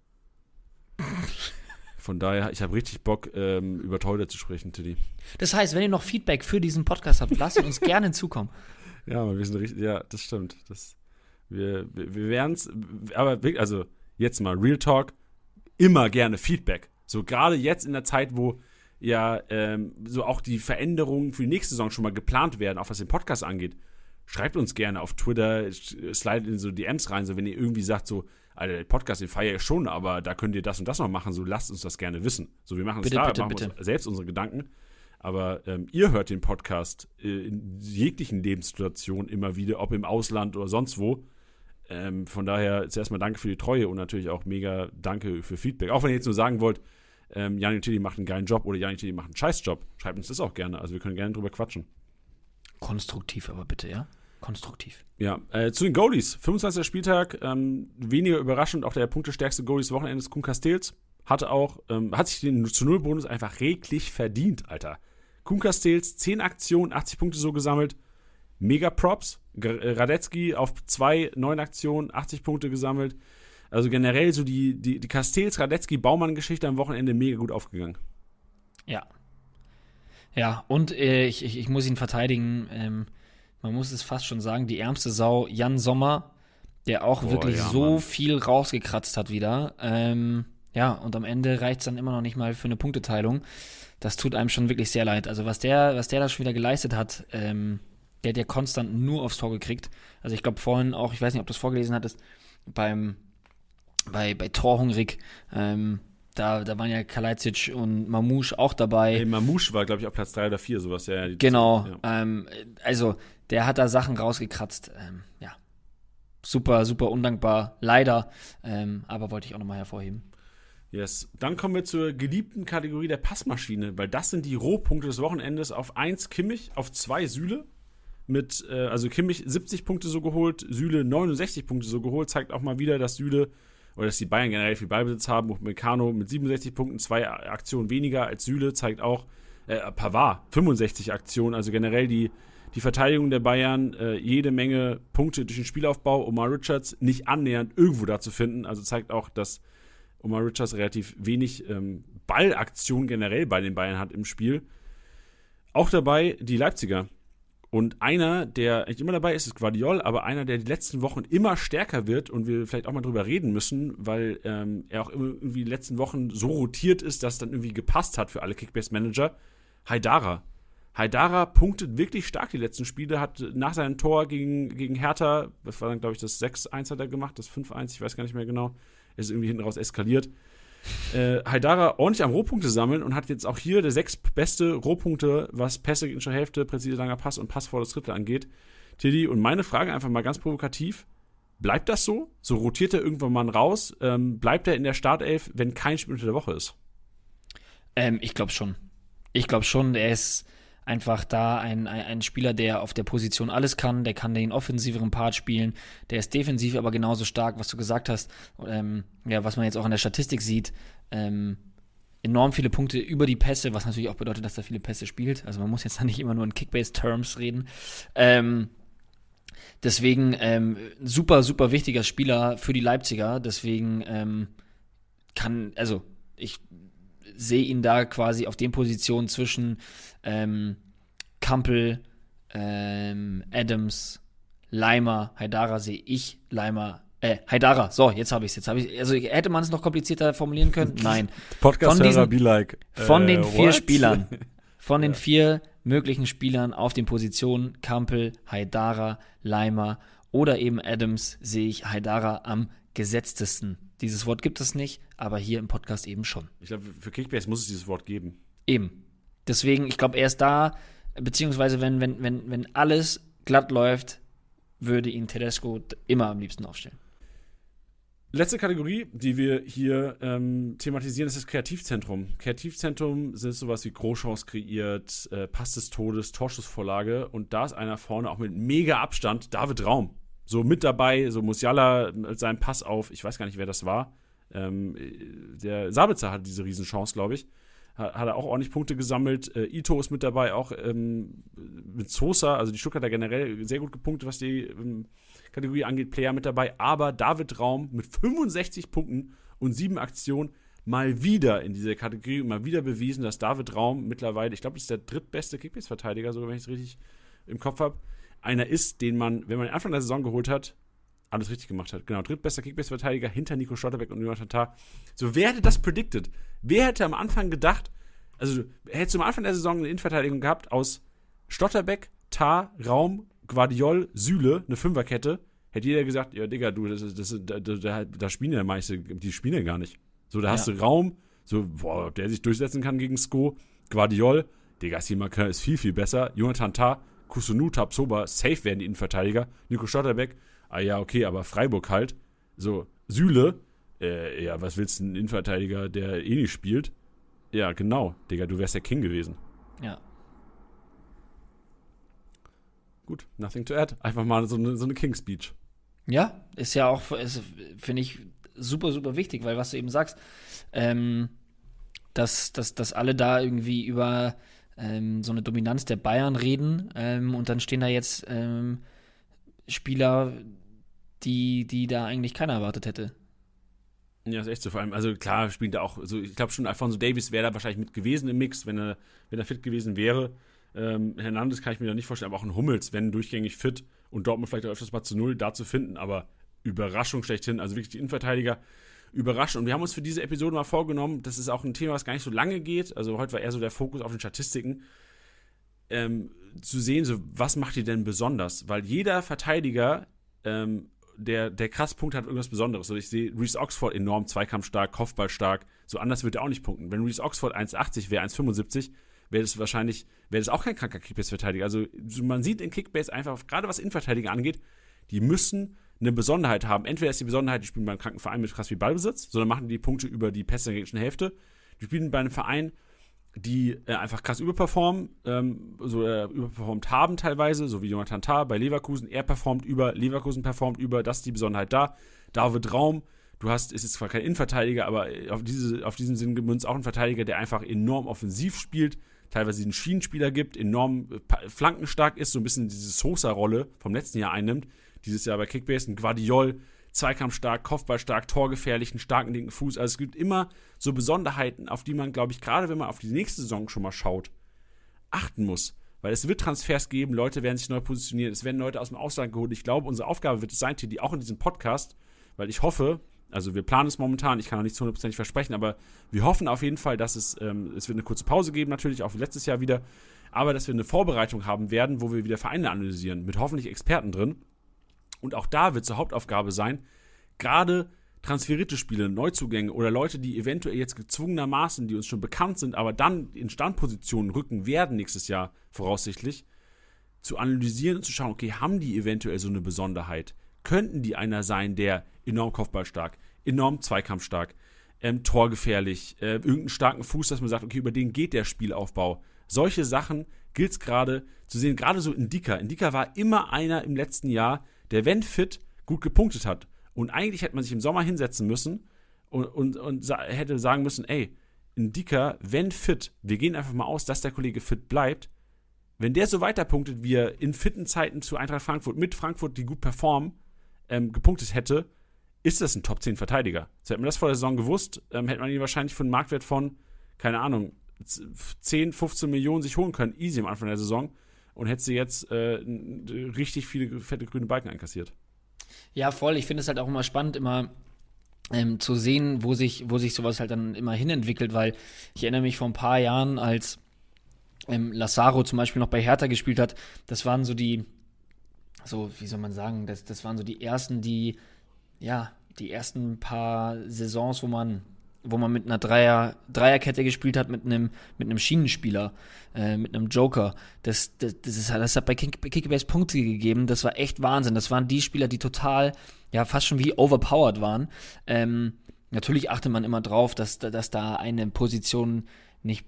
Von daher, ich habe richtig Bock, über Torhüter zu sprechen, Tiddy. Das heißt, wenn ihr noch Feedback für diesen Podcast habt, lasst uns gerne hinzukommen. Ja, wir sind richtig, ja, das stimmt. Wir werden es, aber wirklich, also jetzt mal Real Talk, immer gerne Feedback. So gerade jetzt in der Zeit, wo ja so auch die Veränderungen für die nächste Saison schon mal geplant werden, auch was den Podcast angeht. Schreibt uns gerne auf Twitter, slidet in so DMs rein, so wenn ihr irgendwie sagt, so, Alter, der Podcast, den feiere ich schon, aber da könnt ihr das und das noch machen, so lasst uns das gerne wissen. So, wir machen es klar, machen uns selbst unsere Gedanken, aber ihr hört den Podcast in jeglichen Lebenssituationen immer wieder, ob im Ausland oder sonst wo. Von daher zuerst mal danke für die Treue und natürlich auch mega danke für Feedback. Auch wenn ihr jetzt nur sagen wollt, Jani und Tilly macht einen geilen Job oder Jani und Tilly macht einen Scheißjob, schreibt uns das auch gerne. Also wir können gerne drüber quatschen. Konstruktiv aber bitte, ja? Konstruktiv. Ja, zu den Goalies. 25. Spieltag, weniger überraschend, auch der punktestärkste Goalie des Wochenendes, Kuhn Castells, hat sich den zu-0-Bonus einfach reglich verdient, Alter. Kuhn Castells, 10 Aktionen, 80 Punkte so gesammelt. Mega Props. Radetzky auf 2 9 Aktionen, 80 Punkte gesammelt. Also generell so die Castells-Radetzky-Baumann-Geschichte am Wochenende mega gut aufgegangen. Ja. Ja, und ich muss ihn verteidigen. Man muss es fast schon sagen, die ärmste Sau, Jan Sommer, der auch wirklich viel rausgekratzt hat wieder. Ja, und am Ende reicht es dann immer noch nicht mal für eine Punkteteilung. Das tut einem schon wirklich sehr leid. Also was der da schon wieder geleistet hat, der hat ja konstant nur aufs Tor gekriegt. Also ich glaube vorhin auch, ich weiß nicht, ob du es vorgelesen hattest, bei Torhungrig, da waren ja Kalajdzic und Mamouche auch dabei. Hey, Mamouche war, glaube ich, auf Platz 3 oder 4, sowas. Ja, genau, ja. Also der hat da Sachen rausgekratzt. Ja, super, super undankbar, leider. Aber wollte ich auch nochmal hervorheben. Yes. Dann kommen wir zur geliebten Kategorie der Passmaschine, weil das sind die Rohpunkte des Wochenendes. Auf 1 Kimmich, auf 2 Süle. Also Kimmich 70 Punkte so geholt, Süle 69 Punkte so geholt, zeigt auch mal wieder, dass Süle oder dass die Bayern generell viel Ballbesitz haben. Upamecano mit 67 Punkten, 2 Aktionen weniger als Süle, zeigt auch Pavard 65 Aktionen, also generell die Verteidigung der Bayern, jede Menge Punkte durch den Spielaufbau. Omar Richards nicht annähernd irgendwo da zu finden, also zeigt auch, dass Omar Richards relativ wenig Ballaktion generell bei den Bayern hat im Spiel. Auch dabei die Leipziger. Und einer, der eigentlich immer dabei ist, ist Gvardiol, aber einer, der die letzten Wochen immer stärker wird und wir vielleicht auch mal drüber reden müssen, weil er auch irgendwie die letzten Wochen so rotiert ist, dass es dann irgendwie gepasst hat für alle Kickbase-Manager. Haidara. Haidara punktet wirklich stark die letzten Spiele, hat nach seinem Tor gegen Hertha, das war dann, glaube ich, das 6-1 hat er gemacht, das 5-1, ich weiß gar nicht mehr genau, er ist irgendwie hinten raus eskaliert. Haidara ordentlich am Rohpunkte sammeln und hat jetzt auch hier der 6 beste Rohpunkte, was Pässe in der Hälfte, präzise langer Pass und Pass vor das Drittel angeht. Tiddy, und meine Frage einfach mal ganz provokativ, bleibt das so? So rotiert er irgendwann mal raus? Bleibt er in der Startelf, wenn kein Spiel unter der Woche ist? Ich glaube schon. Ich glaube schon, er ist einfach da ein Spieler, der auf der Position alles kann, der kann den offensiveren Part spielen, der ist defensiv aber genauso stark, was du gesagt hast, was man jetzt auch an der Statistik sieht, enorm viele Punkte über die Pässe, was natürlich auch bedeutet, dass er viele Pässe spielt, also man muss jetzt da nicht immer nur in Kickbase-Terms reden, deswegen super, super wichtiger Spieler für die Leipziger, deswegen ich sehe ihn da quasi auf den Positionen zwischen Kampel, Adams, Laimer, Haidara sehe ich, Haidara, so, jetzt habe ich es. Also hätte man es noch komplizierter formulieren können? Nein. Podcast-Hörer be like. Von den 4 Spielern, von den 4 möglichen Spielern auf den Positionen Kampel, Haidara, Laimer oder eben Adams sehe ich Haidara am gesetztesten. Dieses Wort gibt es nicht, aber hier im Podcast eben schon. Ich glaube, für Kickbase muss es dieses Wort geben. Eben. Deswegen, ich glaube, er ist da, beziehungsweise wenn alles glatt läuft, würde ihn Tedesco immer am liebsten aufstellen. Letzte Kategorie, die wir hier thematisieren, ist das Kreativzentrum. Kreativzentrum sind sowas wie Großchance kreiert, Pass des Todes, Torschussvorlage und da ist einer vorne auch mit mega Abstand, David Raum. So mit dabei, so Musiala mit seinem Pass auf, ich weiß gar nicht, wer das war. Der Sabitzer hatte diese Riesenchance, glaube ich. Hat er auch ordentlich Punkte gesammelt. Ito ist mit dabei, auch mit Sosa, also die Stuttgarter generell sehr gut gepunktet, was die Kategorie angeht, Player mit dabei. Aber David Raum mit 65 Punkten und 7 Aktionen mal wieder in dieser Kategorie und mal wieder bewiesen, dass David Raum mittlerweile, ich glaube, das ist der drittbeste Kickbase-Verteidiger, sogar wenn ich es richtig im Kopf habe, einer ist, den man, wenn man den Anfang der Saison geholt hat, alles richtig gemacht hat. Genau, drittbester Kickbase-Verteidiger hinter Nico Schlotterbeck und Jonathan Tah. So, wer hätte das predicted? Wer hätte am Anfang gedacht, also hättest du am Anfang der Saison eine Innenverteidigung gehabt aus Schlotterbeck, Tah, Raum, Gvardiol, Süle, eine Fünferkette, hätte jeder gesagt, ja Digga, du, da spielen ja meiste, die spielen ja gar nicht. So, da hast du Raum, so, boah, der sich durchsetzen kann gegen Sko, Gvardiol, Digga, Simaker ist viel, viel besser, Jonathan Tah, Kusunu, Tabsoba, safe werden die Innenverteidiger, Nico Schlotterbeck, ja, okay, aber Freiburg halt. So, Süle, was willst du, ein Innenverteidiger, der eh nicht spielt? Ja, genau, Digga, du wärst der King gewesen. Ja. Gut, nothing to add. Einfach mal so eine King-Speech. Ja, ist ja auch, finde ich, super, super wichtig, weil was du eben sagst, dass alle da irgendwie über so eine Dominanz der Bayern reden und dann stehen da jetzt Spieler, die da eigentlich keiner erwartet hätte. Ja, ist echt so. Vor allem, also klar spielt er auch, also ich glaube schon, Alphonso Davies wäre da wahrscheinlich mit gewesen im Mix, wenn er fit gewesen wäre. Hernandez kann ich mir da nicht vorstellen, aber auch ein Hummels, wenn durchgängig fit und Dortmund vielleicht auch öfters mal zu 0 da zu finden, aber Überraschung schlechthin, also wirklich die Innenverteidiger überraschen. Und wir haben uns für diese Episode mal vorgenommen, das ist auch ein Thema, was gar nicht so lange geht, also heute war eher so der Fokus auf den Statistiken, zu sehen, so was macht die denn besonders? Weil jeder Verteidiger, der krass Punkt hat, irgendwas Besonderes. So, ich sehe Reece Oxford enorm zweikampfstark, Kopfballstark, so anders wird er auch nicht punkten. Wenn Reece Oxford 1,80 wäre, 1,75, wäre das auch kein kranker Kickbase-Verteidiger. Also man sieht in Kickbase einfach, gerade was Innenverteidiger angeht, die müssen eine Besonderheit haben. Entweder ist die Besonderheit, die spielen beim kranken Verein mit krass viel Ballbesitz, sondern machen die Punkte über die Pässe in der gegnerischen Hälfte. Die spielen bei einem Verein, die einfach krass überperformen, überperformt haben teilweise, so wie Jonathan Tah bei Leverkusen. Er performt über, Leverkusen performt über, das ist die Besonderheit da. David Raum, ist jetzt zwar kein Innenverteidiger, aber auf diesen Sinn gemünzt auch ein Verteidiger, der einfach enorm offensiv spielt, teilweise einen Schienenspieler gibt, enorm flankenstark ist, so ein bisschen diese Sosa-Rolle vom letzten Jahr einnimmt. Dieses Jahr bei Kickbase ein Gvardiol, zweikampfstark, kopfballstark, torgefährlich, einen starken linken Fuß. Also es gibt immer so Besonderheiten, auf die man, glaube ich, gerade wenn man auf die nächste Saison schon mal schaut, achten muss. Weil es wird Transfers geben, Leute werden sich neu positionieren, es werden Leute aus dem Ausland geholt. Ich glaube, unsere Aufgabe wird es sein, die auch in diesem Podcast, weil ich hoffe, also wir planen es momentan, ich kann noch nichts 100% versprechen, aber wir hoffen auf jeden Fall, dass es wird eine kurze Pause geben, natürlich, auch wie letztes Jahr wieder, aber dass wir eine Vorbereitung haben werden, wo wir wieder Vereine analysieren, mit hoffentlich Experten drin. Und auch da wird zur Hauptaufgabe sein, gerade transferierte Spiele, Neuzugänge oder Leute, die eventuell jetzt gezwungenermaßen, die uns schon bekannt sind, aber dann in Standpositionen rücken werden nächstes Jahr voraussichtlich, zu analysieren und zu schauen, okay, haben die eventuell so eine Besonderheit? Könnten die einer sein, der enorm kopfballstark, enorm zweikampfstark, torgefährlich, irgendeinen starken Fuß, dass man sagt, okay, über den geht der Spielaufbau. Solche Sachen gilt es gerade zu sehen, gerade so Ndicka. Ndicka war immer einer im letzten Jahr, der, wenn fit, gut gepunktet hat. Und eigentlich hätte man sich im Sommer hinsetzen müssen und hätte sagen müssen, ey, Ndicka, wenn fit, wir gehen einfach mal aus, dass der Kollege fit bleibt. Wenn der so weiter punktet, wie er in fitten Zeiten zu Eintracht Frankfurt, mit Frankfurt, die gut performen, gepunktet hätte, ist das ein Top-10-Verteidiger. So hätte man das vor der Saison gewusst, hätte man ihn wahrscheinlich für einen Marktwert von, keine Ahnung, 10, 15 Millionen sich holen können, easy am Anfang der Saison, und hätte sie jetzt richtig viele fette grüne Balken einkassiert. Ja, voll. Ich finde es halt auch immer spannend, immer zu sehen, wo sich sowas halt dann immer hinentwickelt, weil ich erinnere mich vor ein paar Jahren, als Lazaro zum Beispiel noch bei Hertha gespielt hat, das waren so die, wie soll man sagen, das waren so die ersten, die ersten paar Saisons, wo man mit einer Dreierkette gespielt hat, mit einem Schienenspieler, mit einem Joker. Das hat bei Kickbase Punkte gegeben. Das war echt Wahnsinn. Das waren die Spieler, die total, ja, fast schon wie overpowered waren. Natürlich achtet man immer drauf, dass da eine Position nicht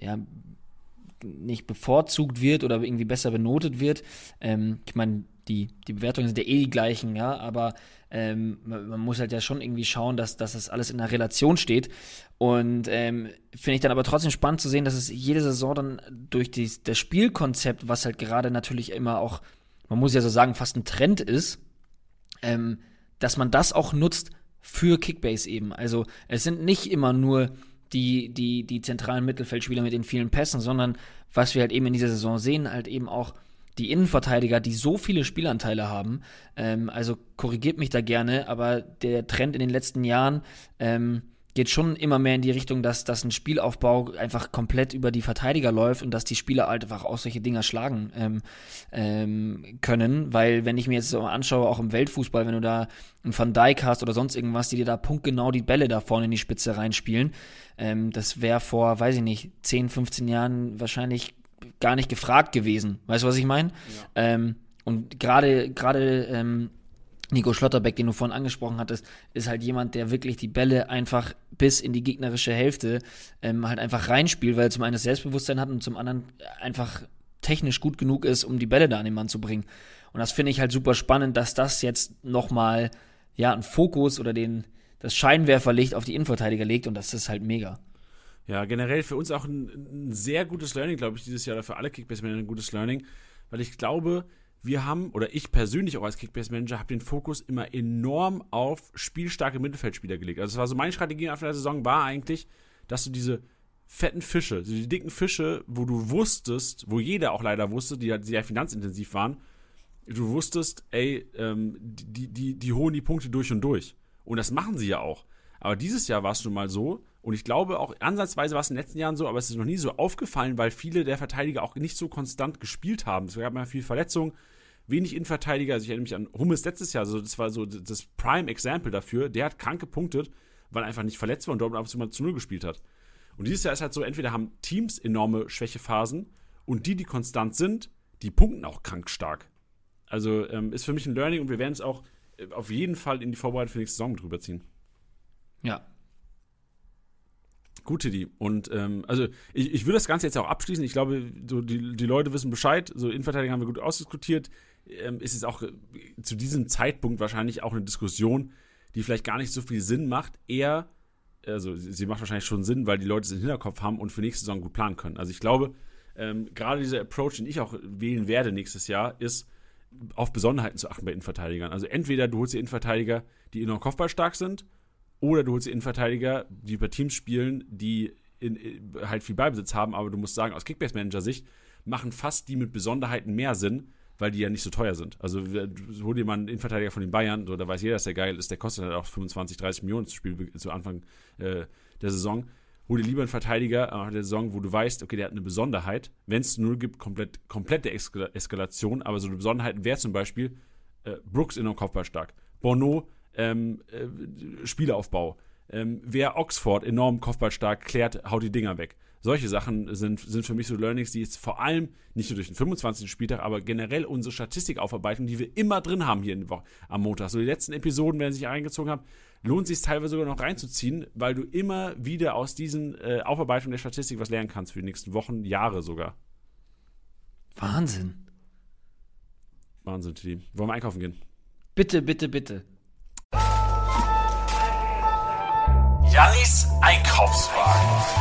bevorzugt wird oder irgendwie besser benotet wird. Ich meine, die Bewertungen sind ja die gleichen, ja, aber man muss halt ja schon irgendwie schauen, dass das alles in einer Relation steht. Und finde ich dann aber trotzdem spannend zu sehen, dass es jede Saison dann durch das Spielkonzept, was halt gerade natürlich immer auch, man muss ja so sagen, fast ein Trend ist, dass man das auch nutzt für Kickbase eben. Also es sind nicht immer nur die zentralen Mittelfeldspieler mit den vielen Pässen, sondern was wir halt eben in dieser Saison sehen, halt eben auch die Innenverteidiger, die so viele Spielanteile haben. Also korrigiert mich da gerne, aber der Trend in den letzten Jahren geht schon immer mehr in die Richtung, dass ein Spielaufbau einfach komplett über die Verteidiger läuft und dass die Spieler halt einfach auch solche Dinger schlagen können, weil wenn ich mir jetzt so anschaue, auch im Weltfußball, wenn du da einen Van Dijk hast oder sonst irgendwas, die dir da punktgenau die Bälle da vorne in die Spitze reinspielen, das wäre vor, weiß ich nicht, 10, 15 Jahren wahrscheinlich gar nicht gefragt gewesen. Weißt du, was ich meine? Ja. Und gerade Nico Schlotterbeck, den du vorhin angesprochen hattest, ist halt jemand, der wirklich die Bälle einfach bis in die gegnerische Hälfte halt einfach reinspielt, weil er zum einen das Selbstbewusstsein hat und zum anderen einfach technisch gut genug ist, um die Bälle da an den Mann zu bringen. Und das finde ich halt super spannend, dass das jetzt nochmal einen Fokus oder das Scheinwerferlicht auf die Innenverteidiger legt, und das ist halt mega. Ja, generell für uns auch ein sehr gutes Learning, glaube ich, dieses Jahr, oder für alle Kickbase-Manager ein gutes Learning, weil ich glaube, wir haben, oder ich persönlich auch als Kickbase-Manager, habe den Fokus immer enorm auf spielstarke Mittelfeldspieler gelegt. Also es war so, meine Strategie nach der Saison war eigentlich, dass du diese fetten Fische, also die dicken Fische, wo du wusstest, wo jeder auch leider wusste, die halt sehr finanzintensiv waren, du wusstest, ey, die holen die Punkte durch und durch. Und das machen sie ja auch. Aber dieses Jahr war es schon mal so, und ich glaube auch, ansatzweise war es in den letzten Jahren so, aber es ist noch nie so aufgefallen, weil viele der Verteidiger auch nicht so konstant gespielt haben. Es gab mal viel Verletzungen, wenig Innenverteidiger. Also ich erinnere mich an Hummels letztes Jahr, also das war so das Prime-Example dafür. Der hat krank gepunktet, weil er einfach nicht verletzt war und dort ab und zu mal zu 0 gespielt hat. Und dieses Jahr ist halt so, entweder haben Teams enorme Schwächephasen und die konstant sind, die punkten auch krank stark. Also ist für mich ein Learning, und wir werden es auch auf jeden Fall in die Vorbereitung für die nächste Saison mit rüberziehen. Ja. Gut, Teddy. Und also ich würde das Ganze jetzt auch abschließen. Ich glaube, so die Leute wissen Bescheid. So Innenverteidiger haben wir gut ausdiskutiert. Ist es auch zu diesem Zeitpunkt wahrscheinlich auch eine Diskussion, die vielleicht gar nicht so viel Sinn macht. Eher, also sie macht wahrscheinlich schon Sinn, weil die Leute es im Hinterkopf haben und für nächste Saison gut planen können. Also ich glaube, gerade dieser Approach, den ich auch wählen werde nächstes Jahr, ist auf Besonderheiten zu achten bei Innenverteidigern. Also entweder du holst dir Innenverteidiger, die enorm kopfballstark sind, oder du holst dir Innenverteidiger, die bei Teams spielen, die halt viel Ballbesitz haben, aber du musst sagen, aus Kickbase-Manager-Sicht machen fast die mit Besonderheiten mehr Sinn, weil die ja nicht so teuer sind. Also hol dir mal einen Innenverteidiger von den Bayern, so, da weiß jeder, dass der geil ist, der kostet halt auch 25, 30 Millionen zu Anfang der Saison. Hol dir lieber einen Verteidiger am Anfang der Saison, wo du weißt, okay, der hat eine Besonderheit. Wenn es 0 gibt, komplette Eskalation, aber so eine Besonderheit wäre zum Beispiel Brooks enorm kopfballstark, Bono Spielaufbau, wer Oxford enorm kopfballstark haut die Dinger weg. Solche Sachen sind für mich so Learnings, die jetzt vor allem nicht nur durch den 25. Spieltag, aber generell unsere Statistikaufarbeitung, die wir immer drin haben hier in der Woche, am Montag. So die letzten Episoden, wenn sich reingezogen haben, lohnt sich teilweise sogar noch reinzuziehen, weil du immer wieder aus diesen Aufarbeitungen der Statistik was lernen kannst für die nächsten Wochen, Jahre sogar. Wahnsinn, Tilly. Wollen wir einkaufen gehen? Bitte, bitte, bitte. Jannis Einkaufswagen.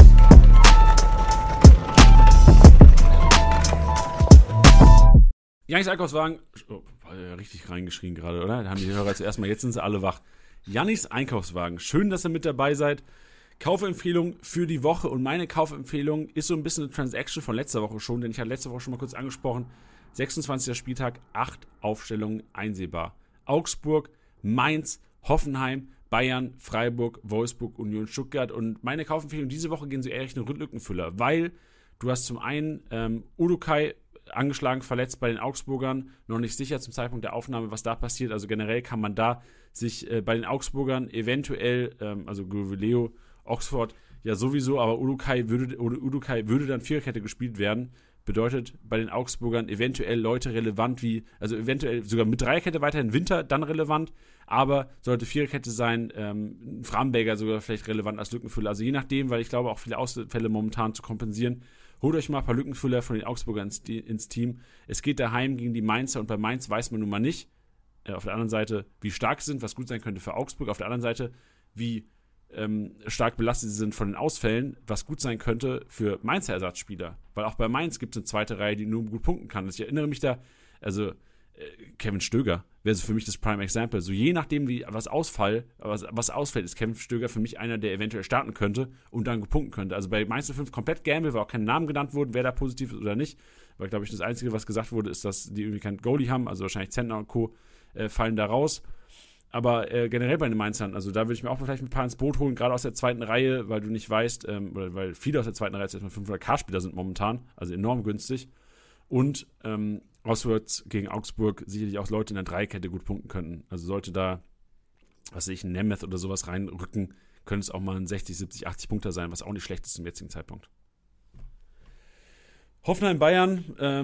Jannis Einkaufswagen. Oh, war ja richtig reingeschrien gerade, oder? Da haben die Hörer zuerst mal, jetzt sind sie alle wach. Jannis Einkaufswagen. Schön, dass ihr mit dabei seid. Kaufempfehlung für die Woche. Und meine Kaufempfehlung ist so ein bisschen eine Transaction von letzter Woche schon, denn ich hatte letzte Woche schon mal kurz angesprochen. 26. Spieltag, 8 Aufstellungen einsehbar. Augsburg, Mainz, Hoffenheim, Bayern, Freiburg, Wolfsburg, Union Stuttgart. Und meine Kaufempfehlung diese Woche gehen so eher Richtung Lückenfüller, weil du hast zum einen Udukai angeschlagen, verletzt bei den Augsburgern, noch nicht sicher zum Zeitpunkt der Aufnahme, was da passiert. Also generell kann man da sich bei den Augsburgern eventuell, also Govileo, Oxford ja sowieso, aber Udukai würde dann Viererkette gespielt werden. Bedeutet bei den Augsburgern eventuell Leute relevant also eventuell sogar mit Dreierkette weiterhin Winter dann relevant, aber sollte Viererkette sein, Framberger sogar vielleicht relevant als Lückenfüller. Also je nachdem, weil ich glaube auch viele Ausfälle momentan zu kompensieren. Holt euch mal ein paar Lückenfüller von den Augsburgern ins Team. Es geht daheim gegen die Mainzer und bei Mainz weiß man nun mal nicht, auf der anderen Seite, wie stark sie sind, was gut sein könnte für Augsburg. Auf der anderen Seite, wie stark belastet sie sind von den Ausfällen, was gut sein könnte für Mainzer Ersatzspieler. Weil auch bei Mainz gibt es eine zweite Reihe, die nur gut punkten kann. Ich erinnere mich da, also Kevin Stöger wäre so für mich das Prime Example. So je nachdem, was ausfällt, ist Kevin Stöger für mich einer, der eventuell starten könnte und dann punkten könnte. Also bei Mainz 05 komplett Gamble, weil auch keine Namen genannt wurden, wer da positiv ist oder nicht. Weil, glaube ich, das Einzige, was gesagt wurde, ist, dass die irgendwie keinen Goalie haben, also wahrscheinlich Zentner und Co. Fallen da raus. Aber generell bei den Mainzern, also da würde ich mir auch vielleicht ein paar ins Boot holen, gerade aus der zweiten Reihe, weil du nicht weißt, oder weil viele aus der zweiten Reihe jetzt erstmal 500k-Spieler sind momentan, also enorm günstig. Und auswärts gegen Augsburg sicherlich auch Leute in der Dreikette gut punkten könnten. Also sollte da, ein Nemeth oder sowas reinrücken, könnte es auch mal ein 60, 70, 80 Punkter sein, was auch nicht schlecht ist zum jetzigen Zeitpunkt. Hoffenheim-Bayern,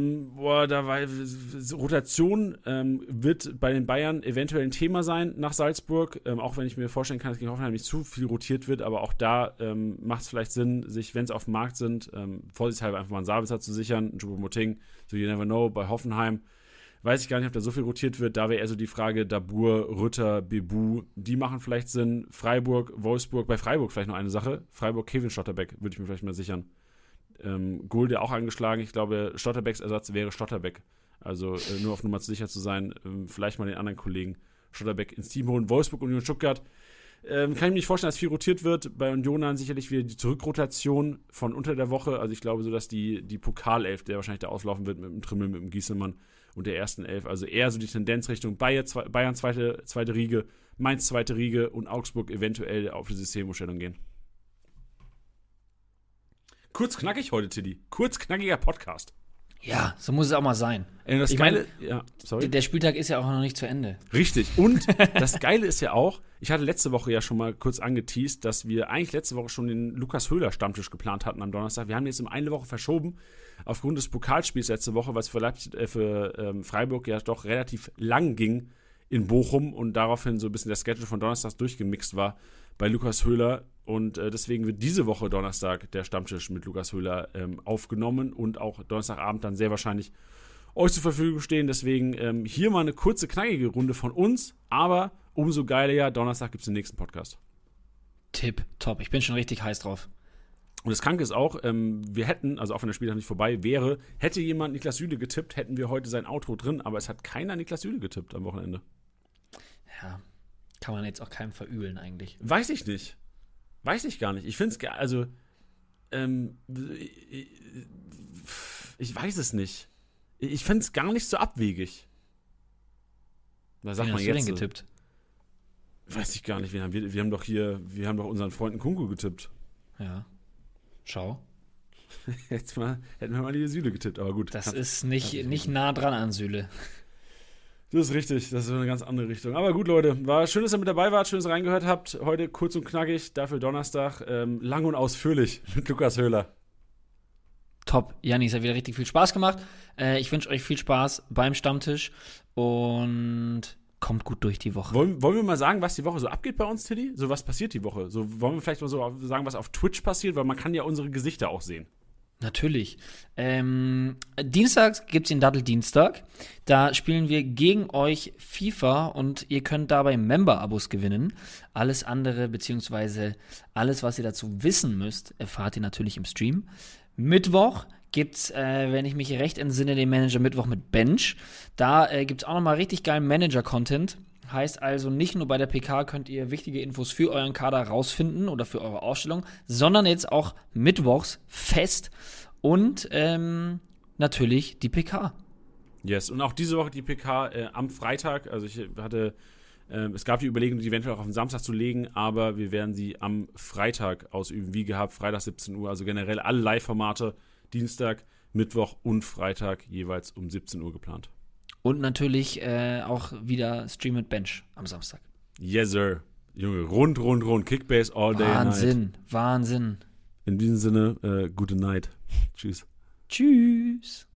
Rotation wird bei den Bayern eventuell ein Thema sein nach Salzburg, auch wenn ich mir vorstellen kann, dass gegen Hoffenheim nicht zu viel rotiert wird, aber auch da macht es vielleicht Sinn, sich, wenn es auf dem Markt sind, vorsichtshalber einfach mal einen Sabitzer zu sichern, einen Choupo-Moting, so you never know. Bei Hoffenheim weiß ich gar nicht, ob da so viel rotiert wird, da wäre eher so die Frage, Dabur, Rütter, Bebu, die machen vielleicht Sinn, Freiburg, Wolfsburg, bei Freiburg vielleicht noch eine Sache, Freiburg, Kevin Stotterbeck würde ich mir vielleicht mal sichern. Gulde auch angeschlagen. Ich glaube, Stotterbecks Ersatz wäre Stotterbeck. Also nur auf Nummer sicher zu sein, vielleicht mal den anderen Kollegen Stotterbeck ins Team holen. Wolfsburg, Union Stuttgart. Kann ich mir nicht vorstellen, dass viel rotiert wird. Bei Union dann sicherlich wieder die Zurückrotation von unter der Woche. Also ich glaube so, dass die Pokalelf, der wahrscheinlich da auslaufen wird mit dem Trimmel, mit dem Gieselmann und der ersten Elf. Also eher so die Tendenz Richtung Bayern zweite Riege, Mainz zweite Riege und Augsburg eventuell auf die Systemumstellung gehen. Kurz knackig heute, Tilly. Kurz knackiger Podcast. Ja, so muss es auch mal sein. Ich meine, der Spieltag ist ja auch noch nicht zu Ende. Richtig. Und das Geile ist ja auch, ich hatte letzte Woche ja schon mal kurz angeteast, dass wir eigentlich letzte Woche schon den Lukas Höhler Stammtisch geplant hatten am Donnerstag. Wir haben jetzt um eine Woche verschoben, aufgrund des Pokalspiels letzte Woche, was für Freiburg ja doch relativ lang ging in Bochum und daraufhin so ein bisschen der Schedule von Donnerstags durchgemixt war bei Lukas Höhler. Und deswegen wird diese Woche Donnerstag der Stammtisch mit Lukas Höhler aufgenommen und auch Donnerstagabend dann sehr wahrscheinlich euch zur Verfügung stehen. Deswegen hier mal eine kurze, knackige Runde von uns, aber umso geiler, Donnerstag gibt es den nächsten Podcast. Tipp, top. Ich bin schon richtig heiß drauf. Und das Kranke ist auch, wir hätten, also auch wenn der Spieltag nicht vorbei wäre, hätte jemand Niklas Süle getippt, hätten wir heute sein Outro drin, aber es hat keiner Niklas Süle getippt am Wochenende. Ja, kann man jetzt auch keinem verübeln eigentlich. Weiß ich nicht. Weiß ich gar nicht. Ich finde es, also, ich weiß es nicht. Ich finde es gar nicht so abwegig. Was sagt man jetzt? Wen hast du denn getippt? Weiß ich gar nicht. Wir haben doch unseren Freund Nkunku getippt. Ja. Schau. Hätten wir mal die Süle getippt, aber gut. Das ist nicht nah dran an Süle. Das ist richtig, das ist eine ganz andere Richtung. Aber gut, Leute, war schön, dass ihr mit dabei wart, schön, dass ihr reingehört habt. Heute kurz und knackig, dafür Donnerstag, lang und ausführlich mit Lukas Höhler. Top, Jannis, hat wieder richtig viel Spaß gemacht. Ich wünsche euch viel Spaß beim Stammtisch und kommt gut durch die Woche. Wollen wir mal sagen, was die Woche so abgeht bei uns, Tiddy? So, was passiert die Woche? So, wollen wir vielleicht mal so sagen, was auf Twitch passiert? Weil man kann ja unsere Gesichter auch sehen. Natürlich. Dienstags gibt es den Datteldienstag. Da spielen wir gegen euch FIFA und ihr könnt dabei Member-Abos gewinnen. Alles andere, beziehungsweise alles, was ihr dazu wissen müsst, erfahrt ihr natürlich im Stream. Mittwoch gibt's, wenn ich mich recht entsinne, den Manager-Mittwoch mit Bench. Da gibt's auch nochmal richtig geilen Manager-Content. Heißt also, nicht nur bei der PK könnt ihr wichtige Infos für euren Kader rausfinden oder für eure Aufstellung, sondern jetzt auch mittwochs fest und natürlich die PK. Yes, und auch diese Woche die PK am Freitag. Also es gab die Überlegung, die eventuell auch auf den Samstag zu legen, aber wir werden sie am Freitag ausüben, wie gehabt, Freitag 17 Uhr. Also generell alle Live-Formate, Dienstag, Mittwoch und Freitag jeweils um 17 Uhr geplant. Und natürlich auch wieder Stream mit Bench am Samstag. Yes, sir. Junge, rund. Kickbase all day and night. Wahnsinn. In diesem Sinne, gute Night. Tschüss. Tschüss.